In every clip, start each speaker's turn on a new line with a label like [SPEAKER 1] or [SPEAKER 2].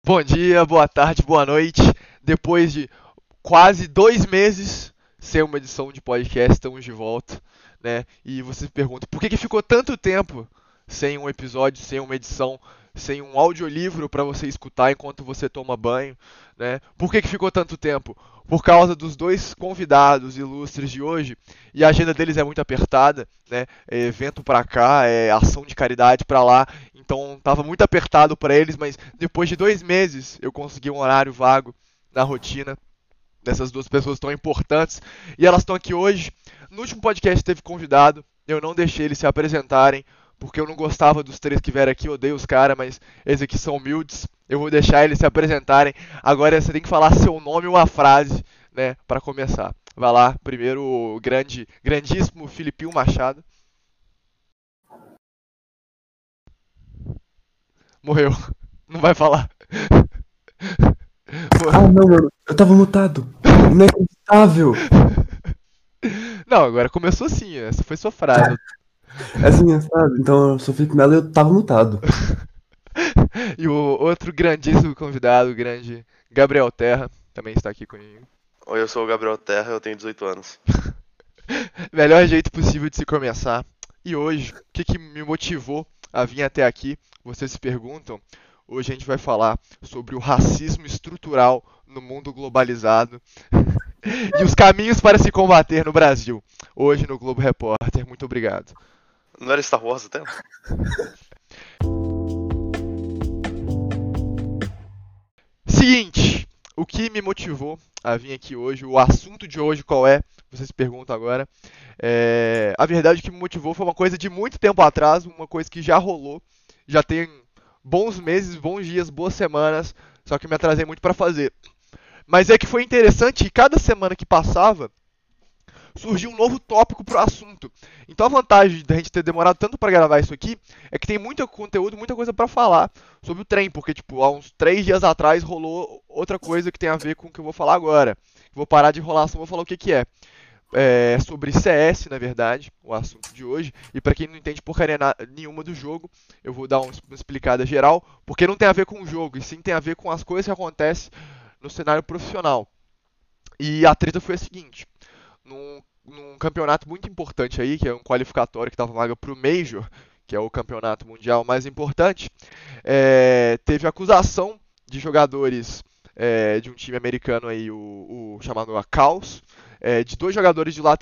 [SPEAKER 1] Bom dia, boa tarde, boa noite. Depois de quase 2 meses sem uma edição de podcast, estamos de volta, né? E você se pergunta, por que ficou tanto tempo sem um episódio, sem uma edição, sem um audiolivro para você escutar enquanto você toma banho, né? Por que ficou tanto tempo? Por causa dos dois convidados ilustres de hoje, e a agenda deles é muito apertada, né? É evento para cá, é ação de caridade para lá, então estava muito apertado para eles, mas depois de 2 meses eu consegui um horário vago na rotina dessas duas pessoas tão importantes e elas estão aqui hoje. No último podcast teve convidado, eu não deixei eles se apresentarem porque eu não gostava dos três que vieram aqui, eu odeio os caras, mas eles aqui são humildes. Eu vou deixar eles se apresentarem. Agora você tem que falar seu nome e uma frase, né, para começar. Vai lá, primeiro o grandíssimo Filipinho Machado. Morreu. Não vai falar.
[SPEAKER 2] Ah, não, mano. Eu tava mutado. Inacreditável.
[SPEAKER 1] Não, agora começou assim, essa foi sua frase.
[SPEAKER 2] É assim, sabe? Então eu sou Felipe Melo e eu tava mutado.
[SPEAKER 1] E o outro grandíssimo convidado, o grande Gabriel Terra, também está aqui comigo.
[SPEAKER 3] Oi, eu sou o Gabriel Terra, eu tenho 18 anos.
[SPEAKER 1] Melhor jeito possível de se começar. E hoje, o que me motivou a vir até aqui? Vocês se perguntam. Hoje a gente vai falar sobre o racismo estrutural no mundo globalizado e os caminhos para se combater no Brasil. Hoje no Globo Repórter. Muito obrigado.
[SPEAKER 3] Não era Star Wars até?
[SPEAKER 1] Seguinte, o que me motivou a vir aqui hoje, o assunto de hoje qual é? Vocês se perguntam agora. A verdade que me motivou foi uma coisa de muito tempo atrás, uma coisa que já rolou, já tem bons meses, bons dias, boas semanas, só que me atrasei muito para fazer. Mas é que foi interessante e cada semana que passava, surgiu um novo tópico pro assunto. Então a vantagem da gente ter demorado tanto para gravar isso aqui é que tem muito conteúdo, muita coisa para falar sobre o trem, porque tipo, há uns 3 dias atrás rolou outra coisa que tem a ver com o que eu vou falar agora. Vou parar de enrolação, vou falar o que que é. É sobre CS, na verdade, o assunto de hoje. E para quem não entende porcaria nenhuma do jogo, eu vou dar uma explicada geral, porque não tem a ver com o jogo, e sim tem a ver com as coisas que acontecem no cenário profissional. E a treta foi a seguinte: num campeonato muito importante aí, que é um qualificatório que estava vaga para o Major, que é o campeonato mundial mais importante, teve acusação de jogadores de um time americano aí, o chamado Caos, de dois jogadores de lá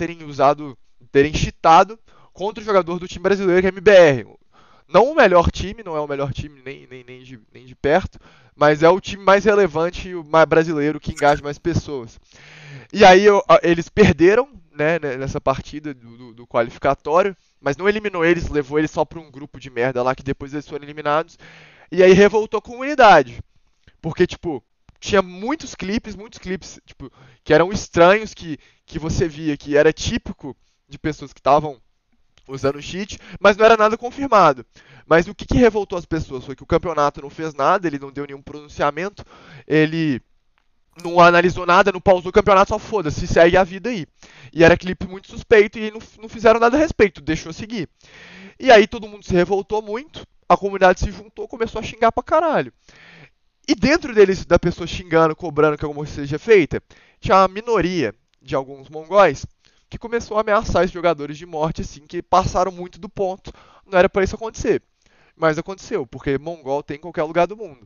[SPEAKER 1] terem cheatado contra o jogador do time brasileiro, que é a MBR. Não o melhor time, não é o melhor time nem de perto, mas é o time mais relevante e o mais brasileiro que engaja mais pessoas. E aí eles perderam, né, nessa partida do qualificatório, mas não eliminou eles, levou eles só para um grupo de merda lá que depois eles foram eliminados. E aí revoltou a comunidade. Porque, tipo, tinha muitos clipes, tipo, que eram estranhos, que você via que era típico de pessoas que estavam usando cheat, mas não era nada confirmado. Mas o que revoltou as pessoas foi que o campeonato não fez nada, ele não deu nenhum pronunciamento, ele não analisou nada, não pausou o campeonato, só foda-se, segue a vida aí. E era clipe muito suspeito e não fizeram nada a respeito, deixou seguir. E aí todo mundo se revoltou muito, a comunidade se juntou, começou a xingar pra caralho. E dentro deles, da pessoa xingando, cobrando que alguma coisa seja feita, tinha uma minoria de alguns mongóis que começou a ameaçar esses jogadores de morte, assim, que passaram muito do ponto. Não era pra isso acontecer. Mas aconteceu, porque mongol tem em qualquer lugar do mundo.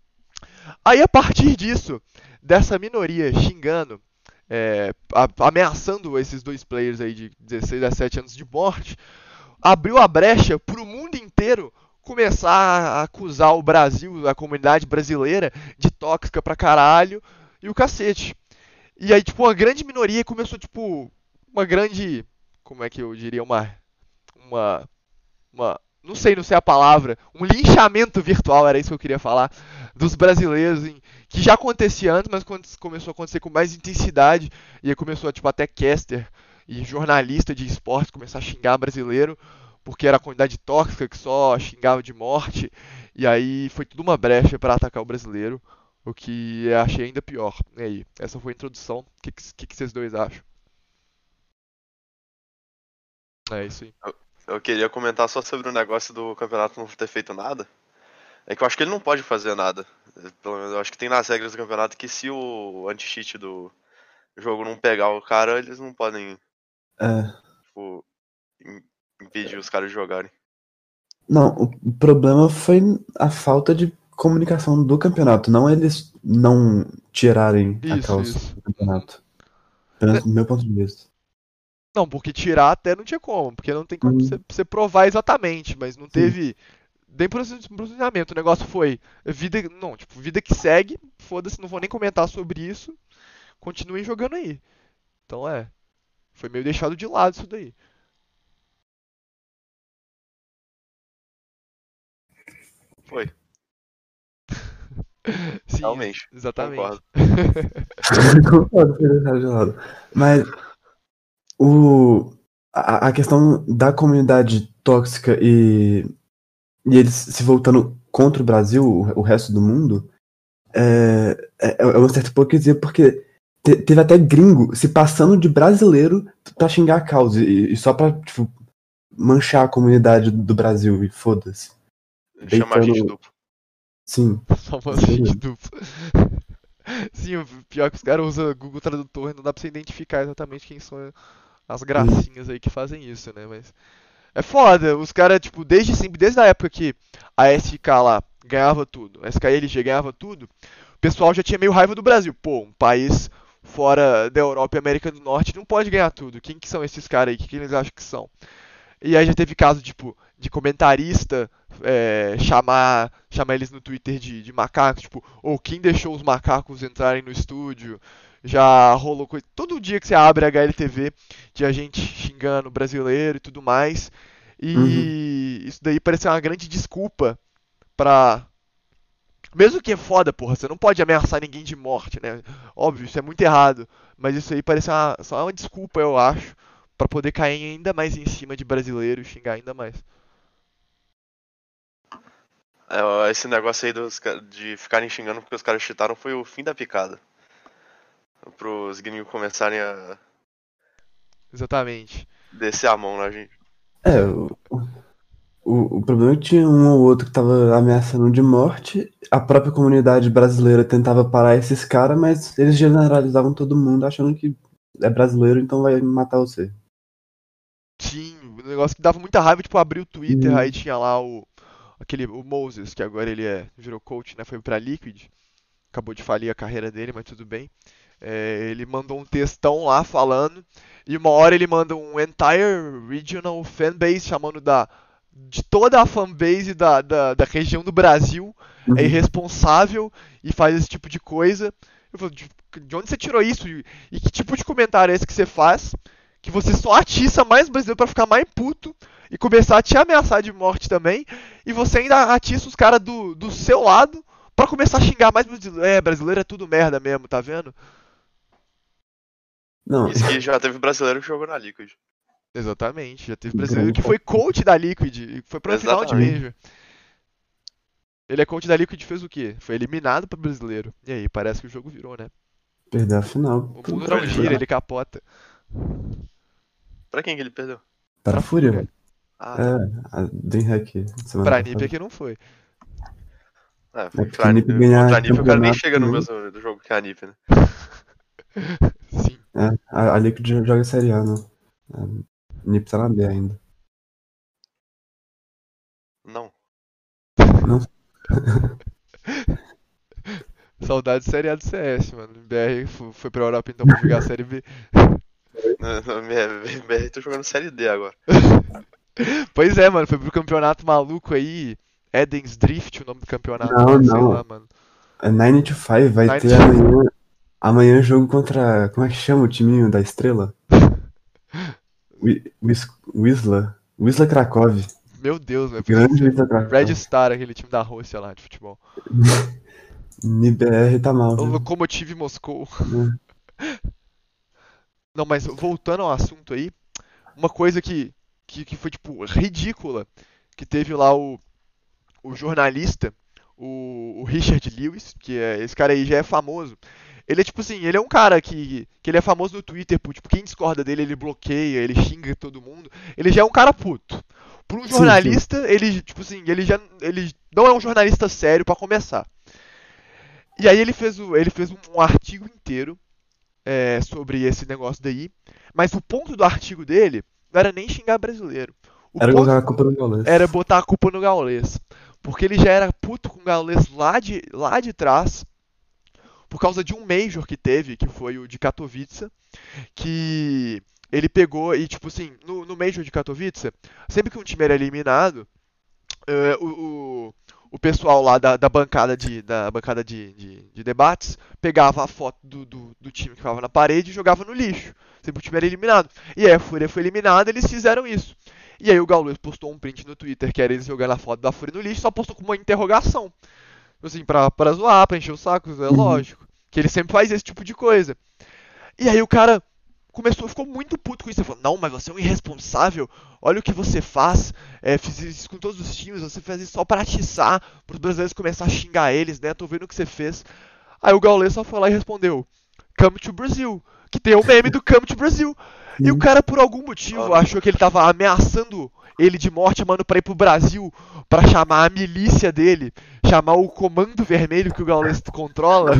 [SPEAKER 1] Aí, a partir disso, dessa minoria xingando, ameaçando esses dois players aí de 16 a 17 anos de morte, abriu a brecha para o mundo inteiro começar a acusar o Brasil, a comunidade brasileira, de tóxica pra caralho e o cacete. E aí, tipo, uma grande minoria começou, tipo, uma grande. Como é que eu diria? Uma não sei a palavra, um linchamento virtual, era isso que eu queria falar, dos brasileiros, que já acontecia antes, mas começou a acontecer com mais intensidade, e aí começou, tipo, até caster e jornalista de esporte começar a xingar brasileiro, porque era a comunidade tóxica que só xingava de morte, e aí foi tudo uma brecha para atacar o brasileiro, o que eu achei ainda pior. E aí, essa foi a introdução. O que vocês dois acham? É isso aí.
[SPEAKER 3] Eu queria comentar só sobre o negócio do campeonato não ter feito nada. É que eu acho que ele não pode fazer nada. Pelo menos eu acho que tem nas regras do campeonato que se o anti-cheat do jogo não pegar o cara, eles não podem,
[SPEAKER 2] É,
[SPEAKER 3] tipo, impedir os caras de jogarem.
[SPEAKER 2] não, o problema foi a falta de comunicação do campeonato, não eles não tirarem a
[SPEAKER 1] Isso,
[SPEAKER 2] calça
[SPEAKER 1] isso.
[SPEAKER 2] do campeonato. Pelo menos do meu ponto de vista.
[SPEAKER 1] Não, porque tirar até não tinha como, porque não tem como
[SPEAKER 2] Hum,
[SPEAKER 1] você provar exatamente, mas não
[SPEAKER 2] sim.
[SPEAKER 1] teve nem processamento. O negócio foi vida, não, tipo, vida que segue, foda-se, não vou nem comentar sobre isso, continuem jogando aí. Então foi meio deixado de lado isso daí.
[SPEAKER 3] Foi,
[SPEAKER 1] Sim,
[SPEAKER 3] realmente.
[SPEAKER 1] exatamente.
[SPEAKER 3] Concordo.
[SPEAKER 2] Concordo, foi deixado de lado. Mas a questão da comunidade tóxica e eles se voltando contra o Brasil, o resto do mundo, é uma certa hipocrisia, porque teve até gringo se passando de brasileiro pra xingar a causa, e só pra, tipo, manchar a comunidade do Brasil, e foda-se.
[SPEAKER 3] Chama a gente
[SPEAKER 2] Deitando.
[SPEAKER 3] duplo.
[SPEAKER 2] Sim,
[SPEAKER 1] Só uma
[SPEAKER 2] isso
[SPEAKER 1] gente
[SPEAKER 2] mesmo.
[SPEAKER 1] dupla. Sim, o pior é que os caras usam Google Tradutor e não dá pra você identificar exatamente quem são as
[SPEAKER 2] Hum,
[SPEAKER 1] gracinhas aí que fazem isso, né? Mas é foda, os caras, tipo, desde sempre, desde a época que a SK lá ganhava tudo, a SKLG ganhava tudo, o pessoal já tinha meio raiva do Brasil. Pô, um país fora da Europa e América do Norte não pode ganhar tudo. Quem que são esses caras aí? O que eles acham que são? E aí já teve caso, tipo, de comentarista chamar eles no Twitter de macacos, tipo, ou quem deixou os macacos entrarem no estúdio. Já rolou coisa. Todo dia que você abre a HLTV de a gente xingando brasileiro e tudo mais.
[SPEAKER 2] uhum.
[SPEAKER 1] E isso daí parece uma grande desculpa pra. Mesmo que é foda, porra, você não pode ameaçar ninguém de morte, né? Óbvio, isso é muito errado. Mas isso aí parece só uma desculpa, eu acho, pra poder cair ainda mais em cima de brasileiro e xingar ainda mais.
[SPEAKER 3] Esse negócio aí de ficarem xingando porque os caras cheataram foi o fim da picada. Pros gringos começarem a
[SPEAKER 1] Exatamente.
[SPEAKER 3] descer a mão na gente.
[SPEAKER 2] É, o problema é que tinha um ou outro que tava ameaçando de morte, a própria comunidade brasileira tentava parar esses caras, mas eles generalizavam todo mundo achando que é brasileiro, então vai matar você.
[SPEAKER 1] Sim, um negócio que dava muita raiva, tipo, abrir o Twitter, aí
[SPEAKER 2] Uhum.
[SPEAKER 1] tinha lá o Moses, que agora ele virou coach, né? Foi pra Liquid. Acabou de falir a carreira dele, mas tudo bem. Ele mandou um textão lá falando, e uma hora ele manda um entire regional fanbase chamando de toda a fanbase da região do Brasil é
[SPEAKER 2] Uhum.
[SPEAKER 1] irresponsável e faz esse tipo de coisa. Eu falo, de onde você tirou isso? E que tipo de comentário é esse que você faz? Que você só atiça mais brasileiro pra ficar mais puto e começar a te ameaçar de morte também, e você ainda atiça os caras do seu lado pra começar a xingar mais brasileiro. Brasileiro é tudo merda mesmo, tá vendo?
[SPEAKER 2] Não,
[SPEAKER 3] Isso que já teve brasileiro que jogou na Liquid.
[SPEAKER 1] Exatamente. Já teve brasileiro
[SPEAKER 2] grande
[SPEAKER 1] que foi
[SPEAKER 2] fator.
[SPEAKER 1] coach da Liquid e foi pra uma final de
[SPEAKER 3] Exatamente.
[SPEAKER 2] Sim,
[SPEAKER 1] Major. Ele é coach da Liquid e fez o quê? Foi eliminado pro brasileiro. E aí, parece que o jogo virou, né?
[SPEAKER 2] perder a final
[SPEAKER 1] O mundo
[SPEAKER 3] Pra
[SPEAKER 1] não
[SPEAKER 3] ele
[SPEAKER 1] gira,
[SPEAKER 3] perdeu.
[SPEAKER 1] ele capota.
[SPEAKER 3] Pra quem que ele perdeu?
[SPEAKER 2] para
[SPEAKER 1] Pra
[SPEAKER 2] a Fúria,
[SPEAKER 1] Fúria.
[SPEAKER 2] mano.
[SPEAKER 3] Ah,
[SPEAKER 2] É,
[SPEAKER 3] tá.
[SPEAKER 2] a DreamHack semana
[SPEAKER 1] Pra Nipia
[SPEAKER 2] passada.
[SPEAKER 1] que não foi.
[SPEAKER 2] É porque
[SPEAKER 3] Pra,
[SPEAKER 2] NiP
[SPEAKER 3] contra a
[SPEAKER 2] ganhar
[SPEAKER 3] NiP o cara nem
[SPEAKER 2] campeonato
[SPEAKER 3] chega no
[SPEAKER 2] também.
[SPEAKER 3] mesmo do jogo que a NiP, né?
[SPEAKER 1] Sim.
[SPEAKER 2] É, a Liquid joga Série A, não. A NiP tá na B ainda.
[SPEAKER 3] Não.
[SPEAKER 2] Não.
[SPEAKER 1] Saudade de Série A do CS, mano. O BR foi pra Europa então pra jogar a Série B.
[SPEAKER 3] BR tô jogando Série D agora.
[SPEAKER 1] Pois é, mano. Foi pro campeonato maluco aí. Eden's Drift, o nome do campeonato
[SPEAKER 2] Não,
[SPEAKER 1] lá, sei lá,
[SPEAKER 2] não.
[SPEAKER 1] mano.
[SPEAKER 2] É 9 to 5 vai
[SPEAKER 1] Nine...
[SPEAKER 2] ter amanhã. Amanhã jogo contra. Como é que chama o timinho da estrela? Wisla. Wisla Krakow.
[SPEAKER 1] Meu Deus, velho. Podia
[SPEAKER 2] Grande
[SPEAKER 1] ser
[SPEAKER 2] Wisla
[SPEAKER 1] Red
[SPEAKER 2] Krakow.
[SPEAKER 1] Star, aquele time da Rússia lá de futebol.
[SPEAKER 2] NIBR tá mal,
[SPEAKER 1] O
[SPEAKER 2] viu?
[SPEAKER 1] Lokomotiv Moscou.
[SPEAKER 2] Né?
[SPEAKER 1] Não, mas voltando ao assunto aí, uma coisa que foi, tipo, ridícula, que teve lá o jornalista, o Richard Lewis, que esse cara aí já é famoso. Ele é tipo assim, ele é um cara que ele é famoso no Twitter, tipo, quem discorda dele, ele bloqueia, ele xinga todo mundo. Ele já é um cara puto. Por um
[SPEAKER 2] Sim, sim.
[SPEAKER 1] jornalista, ele, tipo assim, ele não é um jornalista sério pra começar. E aí ele fez um artigo inteiro sobre esse negócio daí, mas o ponto do artigo dele não era nem xingar brasileiro. O
[SPEAKER 2] Era
[SPEAKER 1] ponto
[SPEAKER 2] colocar a culpa no
[SPEAKER 1] era
[SPEAKER 2] Gaules.
[SPEAKER 1] botar a culpa no Gaules. Porque ele já era puto com o Gaules lá de trás, por causa de um Major que teve, que foi o de Katowice, que ele pegou e, tipo assim, no Major de Katowice, sempre que um time era eliminado, eh, o, o, o pessoal lá da bancada de debates pegava a foto do time que ficava na parede e jogava no lixo. Sempre o time era eliminado. E aí a Fúria foi eliminada, eles fizeram isso. E aí o Gaules postou um print no Twitter que era eles jogando a foto da Fúria no lixo, só postou com uma interrogação. Assim, pra zoar, pra encher o saco, é
[SPEAKER 2] Uhum.
[SPEAKER 1] lógico. Que ele sempre faz esse tipo de coisa. E aí o cara ficou muito puto com isso. Ele falou, não, mas você é um irresponsável. Olha o que você faz. Fiz isso com todos os times. Você fez isso só pra atiçar, pros brasileiros começar a xingar eles, né? Tô vendo o que você fez. Aí o Gaules só foi lá e respondeu, Come to Brazil. Que tem o meme do Come to Brazil. E o
[SPEAKER 2] Sim.
[SPEAKER 1] cara, por algum motivo, achou que ele tava ameaçando ele de morte, mano, pra ir pro Brasil, pra chamar a milícia dele, chamar o Comando Vermelho que o Gaules controla,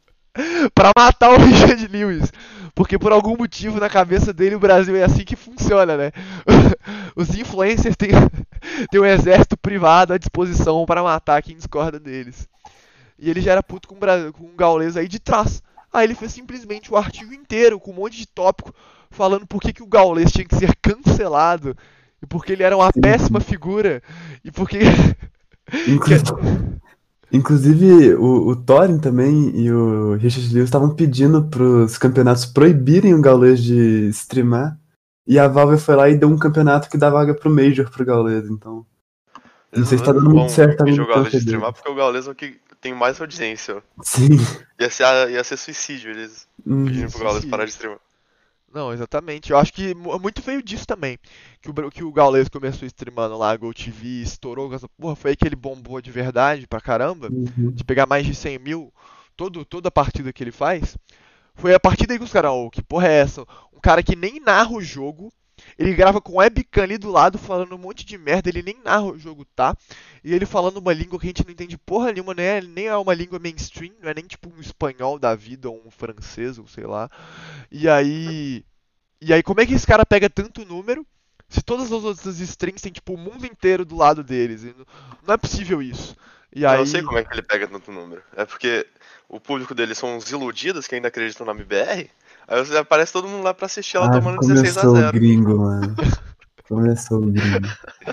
[SPEAKER 1] pra matar o Richard Lewis. Porque por algum motivo na cabeça dele o Brasil é assim que funciona, né? Os influencers têm um exército privado à disposição para matar quem discorda deles. E ele já era puto com o Gaules aí de trás. Aí ele fez simplesmente o artigo inteiro, com um monte de tópico, falando por que o Gaules tinha que ser cancelado. E porque ele era uma
[SPEAKER 2] Sim,
[SPEAKER 1] péssima
[SPEAKER 2] sim.
[SPEAKER 1] figura. E porque. que-
[SPEAKER 2] Inclusive, inclusive, o Thorin também e o Richard Lewis estavam pedindo pros campeonatos proibirem o Gaules de streamar. E a Valve foi lá e deu um campeonato que dá vaga pro Major pro Gaules. Então, não
[SPEAKER 3] Eles
[SPEAKER 2] sei se tá
[SPEAKER 3] não
[SPEAKER 2] dando muito
[SPEAKER 3] vão
[SPEAKER 2] certo a
[SPEAKER 3] pedir o Gaules de
[SPEAKER 2] militância
[SPEAKER 3] streamar
[SPEAKER 2] deles.
[SPEAKER 3] porque o Gaules é o que tem mais audiência.
[SPEAKER 2] Sim.
[SPEAKER 3] Ia ser suicídio eles
[SPEAKER 2] Uhum.
[SPEAKER 3] pedindo pro Gaules parar
[SPEAKER 1] Suicídio.
[SPEAKER 3] de streamar.
[SPEAKER 1] Não, exatamente. Eu acho que muito veio disso também. Que o Gaules começou streamando lá, a GoTV, estourou com essa porra. Foi aí que ele bombou de verdade pra caramba. De
[SPEAKER 2] Uhum.
[SPEAKER 1] pegar mais de 100 mil toda a partida que ele faz. Foi a partir daí que os caras, oh, que porra é essa? Um cara que nem narra o jogo. Ele grava com webcam ali do lado falando um monte de merda. Ele nem narra o jogo, tá? E ele falando uma língua que a gente não entende porra nenhuma, né? Nem é uma língua mainstream, não é nem tipo um espanhol da vida ou um francês ou sei lá. E aí. E aí, como é que esse cara pega tanto número se todas as outras strings têm tipo o mundo inteiro do lado deles? E não é possível isso. E
[SPEAKER 3] Não, eu sei
[SPEAKER 1] aí.
[SPEAKER 3] como é que ele pega tanto número. É porque o público dele são uns iludidos que ainda acreditam na MBR. Aí aparece todo mundo lá pra assistir ela
[SPEAKER 2] Ah,
[SPEAKER 3] tomando 16 a
[SPEAKER 2] começou o
[SPEAKER 3] 0.
[SPEAKER 2] gringo, mano. Começou o gringo.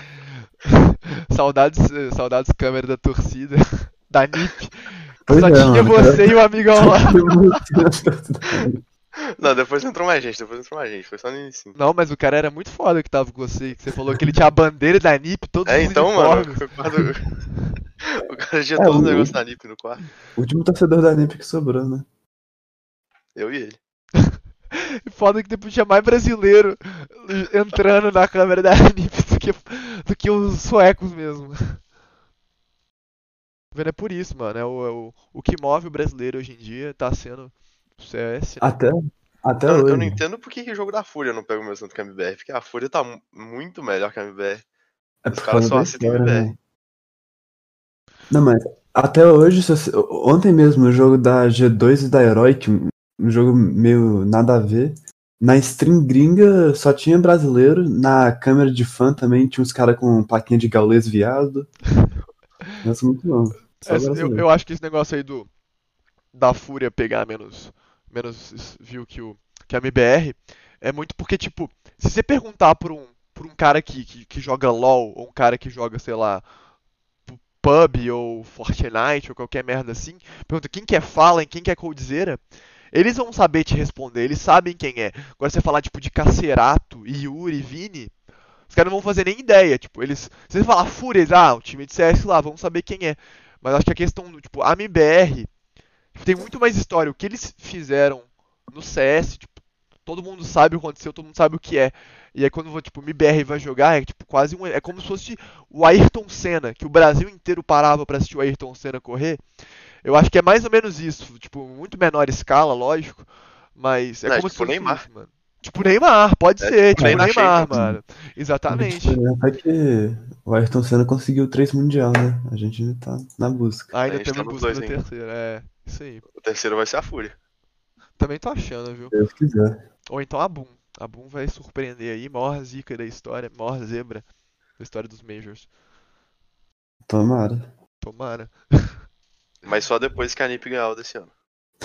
[SPEAKER 1] Saudades câmera da torcida. Da NiP. Que
[SPEAKER 2] Pois
[SPEAKER 1] só
[SPEAKER 2] é,
[SPEAKER 1] tinha
[SPEAKER 2] mano.
[SPEAKER 1] você e o amigão
[SPEAKER 2] Só
[SPEAKER 1] lá.
[SPEAKER 2] que eu
[SPEAKER 3] Não, depois entrou mais gente, foi só no início.
[SPEAKER 1] Não, mas o cara era muito foda que tava com você. Que você falou que ele tinha a bandeira da NiP, todos os
[SPEAKER 3] Então, mano,
[SPEAKER 1] uniformes.
[SPEAKER 3] o cara tinha
[SPEAKER 2] É,
[SPEAKER 3] todos os
[SPEAKER 2] o
[SPEAKER 3] negócios da NiP no quarto.
[SPEAKER 2] último torcedor da NiP que sobrou, né?
[SPEAKER 3] Eu e ele.
[SPEAKER 1] Foda que depois tinha mais brasileiro entrando na câmera da NiP do que os suecos mesmo. Vendo, é por isso, mano. O que move o brasileiro hoje em dia tá sendo o CS, né?
[SPEAKER 2] Até, até
[SPEAKER 3] Eu não
[SPEAKER 2] hoje.
[SPEAKER 3] entendo por que o jogo da Fúria não pega o mesmo tanto que a MBR, porque a Fúria tá muito melhor que a MBR.
[SPEAKER 2] É
[SPEAKER 3] Os
[SPEAKER 2] por
[SPEAKER 3] caras
[SPEAKER 2] causa
[SPEAKER 3] só
[SPEAKER 2] da
[SPEAKER 3] aceitam
[SPEAKER 2] história,
[SPEAKER 3] MBR.
[SPEAKER 2] né? Não, mas até hoje, ontem mesmo, o jogo da G2 e da Heroic, um jogo meio nada a ver. Na stream gringa só tinha brasileiro, na câmera de fã também tinha uns caras com plaquinha de gaulês viado. Nossa, muito bom. Só
[SPEAKER 1] Eu
[SPEAKER 2] brasileiro.
[SPEAKER 1] acho que esse negócio aí da Fúria pegar menos view que a MBR é muito porque, tipo, se você perguntar por um cara que joga LoL, ou um cara que joga, sei lá, PUB ou Fortnite ou qualquer merda assim, pergunta quem que é Fallen, quem que é Coldzera, eles vão saber te responder, eles sabem quem é. Agora você falar, tipo, de Cacerato, Yuri, Vini, os caras não vão fazer nem ideia, tipo, eles... Se você falar Fúria, eles, o time de CS lá, vamos saber quem é. Mas acho que a questão do, tipo, a MBR tem muito mais história. O que eles fizeram no CS, tipo, todo mundo sabe o que aconteceu, todo mundo sabe o que é. E aí quando tipo, o MBR vai jogar, é tipo quase um. É como se fosse o Ayrton Senna, que o Brasil inteiro parava pra assistir o Ayrton Senna correr. Eu acho que é mais ou menos isso. Tipo, muito menor escala, lógico. Mas é
[SPEAKER 3] Não, é
[SPEAKER 1] como se
[SPEAKER 3] tipo o
[SPEAKER 1] fosse
[SPEAKER 3] Neymar.
[SPEAKER 1] isso, mano. Tipo Neymar, pode
[SPEAKER 3] É
[SPEAKER 1] ser,
[SPEAKER 3] tipo
[SPEAKER 1] tipo
[SPEAKER 3] Neymar
[SPEAKER 1] Neymar,
[SPEAKER 3] Champions.
[SPEAKER 1] mano.
[SPEAKER 2] A
[SPEAKER 1] Exatamente.
[SPEAKER 2] diferença é que o Ayrton Senna conseguiu 3 mundial, né? A gente ainda tá na busca.
[SPEAKER 3] A
[SPEAKER 1] Ainda
[SPEAKER 3] gente
[SPEAKER 1] estamos
[SPEAKER 3] tá
[SPEAKER 1] em
[SPEAKER 3] nos
[SPEAKER 1] busca
[SPEAKER 3] dois
[SPEAKER 1] do
[SPEAKER 3] ainda.
[SPEAKER 1] terceiro, é. Isso aí.
[SPEAKER 3] O terceiro vai ser a Fúria.
[SPEAKER 1] Também tô achando,
[SPEAKER 2] Se
[SPEAKER 1] viu?
[SPEAKER 2] Deus quiser.
[SPEAKER 1] Ou então a Boom. A Boom vai surpreender aí, maior zica da história, maior zebra da história dos Majors.
[SPEAKER 2] Tomara.
[SPEAKER 1] Tomara.
[SPEAKER 3] Mas só depois que a NiP ganhar o desse ano.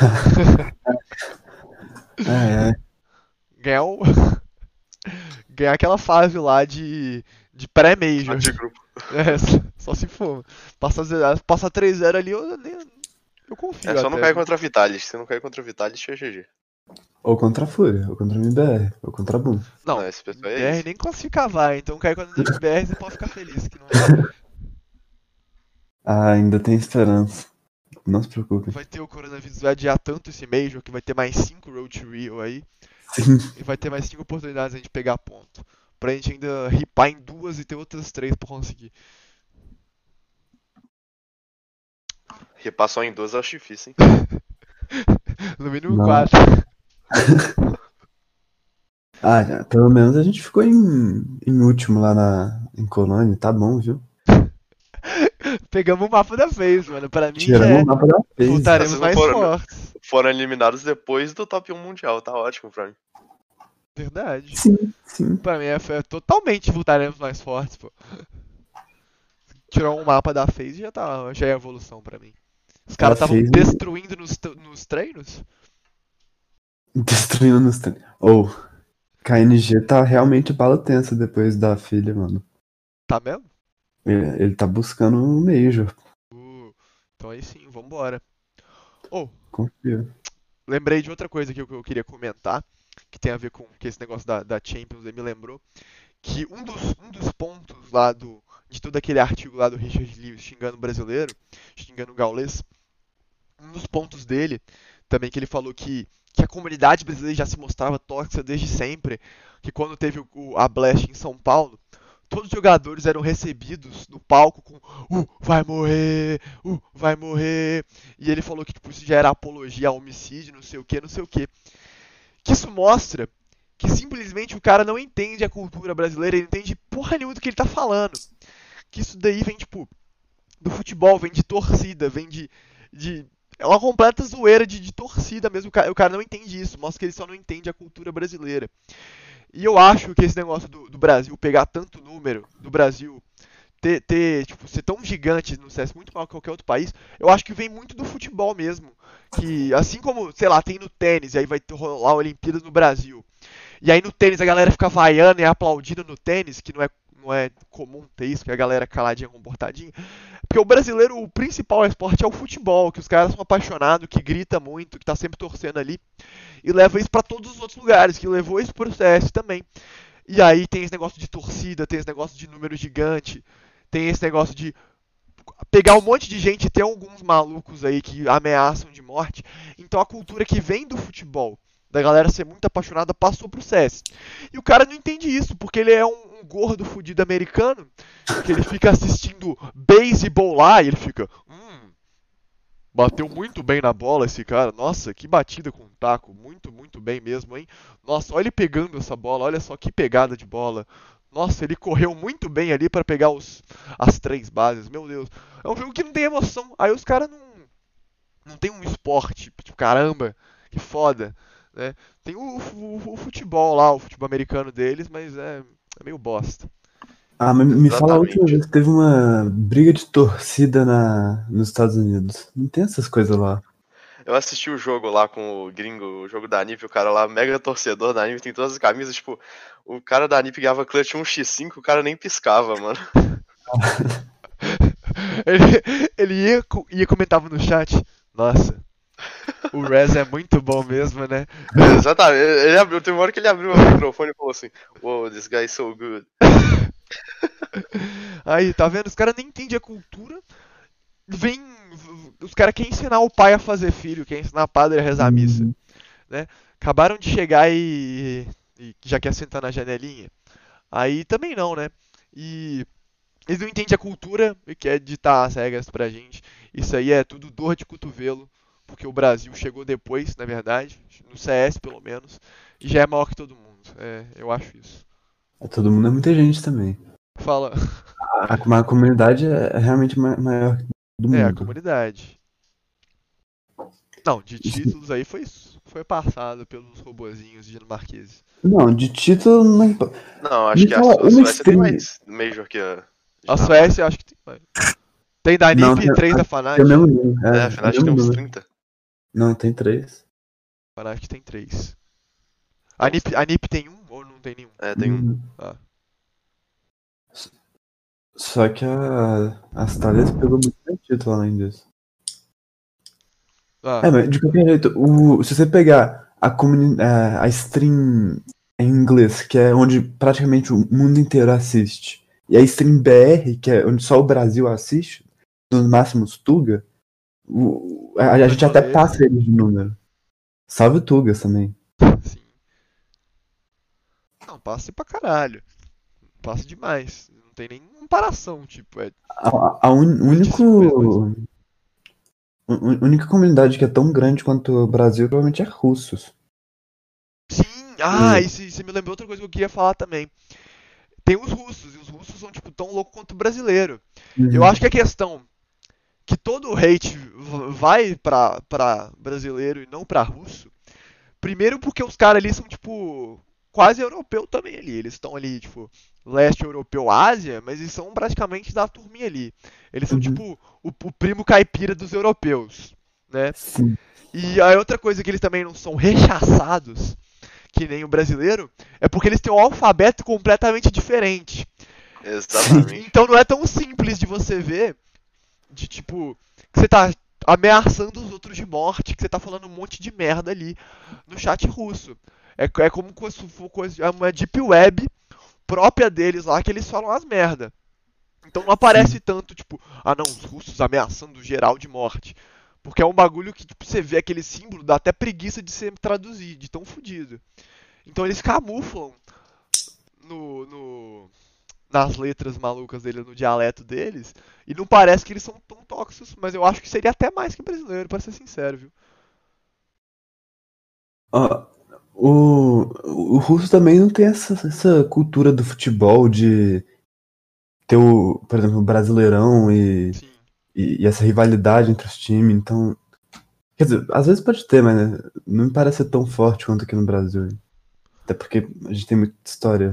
[SPEAKER 2] É, é.
[SPEAKER 1] Ganhar, ganhar aquela fase lá de pré-Major.
[SPEAKER 3] De grupo.
[SPEAKER 1] É, só se for. Passar 3-0 ali, eu
[SPEAKER 3] É
[SPEAKER 1] confio
[SPEAKER 3] só não
[SPEAKER 1] até,
[SPEAKER 3] cair
[SPEAKER 1] viu?
[SPEAKER 3] contra a Vitalis. Se não cair contra a Vitalis, é GG.
[SPEAKER 2] Ou contra a Fúria, ou contra a MBR, ou contra a Boom.
[SPEAKER 1] Não,
[SPEAKER 3] Não, esse pessoal é
[SPEAKER 1] BR
[SPEAKER 3] easy.
[SPEAKER 1] nem classificar vai, então cair quando a MBR você pode ficar feliz que não vai.
[SPEAKER 2] Ah, ainda tem esperança. Não se preocupe.
[SPEAKER 1] Vai ter o coronavírus, vai adiar tanto esse Major que vai ter mais 5 Road to Rio aí.
[SPEAKER 2] Sim.
[SPEAKER 1] E vai ter mais 5 oportunidades de a gente pegar ponto. Pra gente ainda ripar em 2 e ter outras 3 pra conseguir.
[SPEAKER 3] Ripar só em duas eu acho difícil, hein?
[SPEAKER 1] No mínimo
[SPEAKER 2] Não.
[SPEAKER 1] 4.
[SPEAKER 2] Ah, pelo menos a gente ficou em último lá em Colônia, tá bom, viu?
[SPEAKER 1] Pegamos o mapa da vez, mano. Pra mim já
[SPEAKER 2] Tiramos
[SPEAKER 1] é.
[SPEAKER 2] o mapa da vez.
[SPEAKER 1] Voltaremos
[SPEAKER 3] Vocês não
[SPEAKER 1] mais
[SPEAKER 3] foram-
[SPEAKER 1] fortes.
[SPEAKER 3] Foram eliminados depois do top 1 mundial. Tá ótimo pra mim.
[SPEAKER 1] Verdade.
[SPEAKER 2] Sim, sim.
[SPEAKER 1] Pra mim é totalmente voltaremos mais fortes, pô. Tirou um mapa da FaZe e já é evolução pra mim. Os caras estavam
[SPEAKER 2] FaZe-
[SPEAKER 1] destruindo nos treinos?
[SPEAKER 2] Destruindo nos treinos. Ou, KNG tá realmente bala tensa depois da filha, mano.
[SPEAKER 1] Tá mesmo?
[SPEAKER 2] Ele tá buscando um Major,
[SPEAKER 1] Então aí sim, vambora. Oh,
[SPEAKER 2] confio.
[SPEAKER 1] lembrei de outra coisa que eu queria comentar, que tem a ver com que esse negócio da Champions aí me lembrou, que um dos pontos lá de todo aquele artigo lá do Richard Lewis xingando o brasileiro, xingando o gaulês, um dos pontos dele também que ele falou que a comunidade brasileira já se mostrava tóxica desde sempre, que quando teve a Blast em São Paulo, todos os jogadores eram recebidos no palco com vai morrer, e ele falou que tipo, isso já era apologia a homicídio, não sei o que, não sei o que. Que isso mostra que simplesmente o cara não entende a cultura brasileira, ele não entende porra nenhuma do que ele tá falando. Que isso daí vem, tipo, do futebol, vem de torcida, vem de é uma completa zoeira de torcida mesmo. O cara não entende isso, mostra que ele só não entende a cultura brasileira. E eu acho que esse negócio do Brasil pegar tanto número, do Brasil tipo, ser tão gigante no CS, muito maior que qualquer outro país, eu acho que vem muito do futebol mesmo. Que assim como, sei lá, tem no tênis, e aí vai rolar a Olimpíada no Brasil. E aí no tênis a galera fica vaiando e aplaudindo no tênis, que não é comum ter isso, que a galera caladinha, comportadinha. Porque o brasileiro, o principal esporte é o futebol, que os caras são apaixonados, que grita muito, que tá sempre torcendo ali. E leva isso pra todos os outros lugares, que levou isso pro CS também. E aí tem esse negócio de torcida, tem esse negócio de número gigante, tem esse negócio de pegar um monte de gente e ter alguns malucos aí que ameaçam de morte. Então a cultura que vem do futebol, da galera ser muito apaixonada, passou pro CS. E o cara não entende isso, porque ele é um gordo fudido americano, que ele fica assistindo beisebol lá e ele fica. Bateu muito bem na bola esse cara. Nossa, que batida com o taco. Muito, muito bem mesmo, hein? Nossa, olha ele pegando essa bola. Olha só que pegada de bola. Nossa, ele correu muito bem ali pra pegar as 3 bases. Meu Deus. É um jogo que não tem emoção. Aí os caras não tem um esporte. Tipo, caramba, que foda. Né? Tem o futebol lá, o futebol americano deles, mas é meio bosta.
[SPEAKER 2] Ah, mas me fala a última
[SPEAKER 3] Exatamente.
[SPEAKER 2] vez que teve uma briga de torcida nos Estados Unidos. Não tem essas coisas lá.
[SPEAKER 3] Eu assisti o jogo lá com o gringo, o jogo da NiP, o cara lá, mega torcedor da NiP, tem todas as camisas, tipo, o cara da NiP ganhava clutch 1x5, o cara nem piscava, mano.
[SPEAKER 1] Ele ia e comentava no chat. Nossa, o Rez é muito bom mesmo, né?
[SPEAKER 3] Exatamente, ele abriu, tem uma hora que ele abriu o microfone e falou assim, wow, this guy is so good.
[SPEAKER 1] Aí, tá vendo? Os caras nem entendem a cultura. Os caras querem ensinar o pai a fazer filho, querem ensinar o padre a rezar a missa. Né? Acabaram de chegar e já quer sentar na janelinha. Aí também não, né? E eles não entendem a cultura e quer ditar as regras pra gente. Isso aí é tudo dor de cotovelo, porque o Brasil chegou depois, na verdade, no CS pelo menos. já é maior que todo mundo. Eu acho isso.
[SPEAKER 2] Todo mundo é muita gente também.
[SPEAKER 1] Fala.
[SPEAKER 2] A comunidade é realmente maior do
[SPEAKER 1] A
[SPEAKER 2] mundo.
[SPEAKER 1] comunidade. Não, de
[SPEAKER 2] Isso-
[SPEAKER 1] títulos aí foi passado pelos robozinhos dinamarqueses.
[SPEAKER 2] Não, de título não.
[SPEAKER 3] Não, acho
[SPEAKER 2] Me
[SPEAKER 3] que a
[SPEAKER 2] fala uma
[SPEAKER 3] Suécia tem
[SPEAKER 2] stream.
[SPEAKER 3] mais Major que a
[SPEAKER 1] A
[SPEAKER 3] Dinamarca.
[SPEAKER 1] Suécia, acho que tem mais. Tem da
[SPEAKER 2] Não,
[SPEAKER 1] NiP e 3 da Fnatic.
[SPEAKER 2] tem o mesmo número.
[SPEAKER 3] É,
[SPEAKER 2] É
[SPEAKER 3] a
[SPEAKER 2] o
[SPEAKER 3] Fnatic
[SPEAKER 2] mesmo
[SPEAKER 3] tem uns
[SPEAKER 2] número.
[SPEAKER 3] 30.
[SPEAKER 2] Não, tem 3.
[SPEAKER 1] Fnatic tem 3.
[SPEAKER 3] Não,
[SPEAKER 1] A NiP tem um ou não tem nenhum?
[SPEAKER 3] tem um.
[SPEAKER 1] Ah.
[SPEAKER 2] Só que a Thales pegou muito mais título além disso. Mas de qualquer jeito, se você pegar a stream em inglês, que é onde praticamente o mundo inteiro assiste, e a stream BR, que é onde só o Brasil assiste, nos máximos Tuga, a gente até passa eles de número. Salve o Tugas também.
[SPEAKER 1] Sim. Não, passa pra caralho. Passa demais. Não tem nem comparação, tipo.
[SPEAKER 2] Única comunidade que é tão grande quanto o Brasil provavelmente é russos.
[SPEAKER 1] Sim, e você me lembrou outra coisa que eu queria falar também. Tem os russos, e os russos são, tipo, tão loucos quanto o brasileiro. Eu acho que a questão que todo o hate vai pra brasileiro e não pra russo, primeiro porque os caras ali são, tipo, quase europeu também ali. Eles estão ali, tipo, leste europeu, Ásia, mas eles são praticamente da turminha ali. Eles são, tipo, o primo caipira dos europeus, né?
[SPEAKER 2] Sim.
[SPEAKER 1] E a outra coisa que eles também não são rechaçados, que nem o brasileiro, é porque eles têm um alfabeto completamente diferente.
[SPEAKER 3] Exatamente.
[SPEAKER 1] Então não é tão simples de você ver, de tipo, que você tá ameaçando os outros de morte, que você tá falando um monte de merda ali no chat russo. É como se fosse uma deep web própria deles lá, que eles falam as merda. Então não aparece tanto, tipo, não, os russos ameaçando geral de morte. Porque é um bagulho que, tipo, você vê aquele símbolo, dá até preguiça de se traduzir, de tão fodido. Então eles camuflam nas letras malucas dele, no dialeto deles, e não parece que eles são tão tóxicos, mas eu acho que seria até mais que brasileiro, pra ser sincero, viu?
[SPEAKER 2] O russo também não tem essa cultura do futebol de ter por exemplo, o Brasileirão e essa rivalidade entre os times, então. Quer dizer, às vezes pode ter, mas né, não me parece ser tão forte quanto aqui no Brasil. Até porque a gente tem muita história.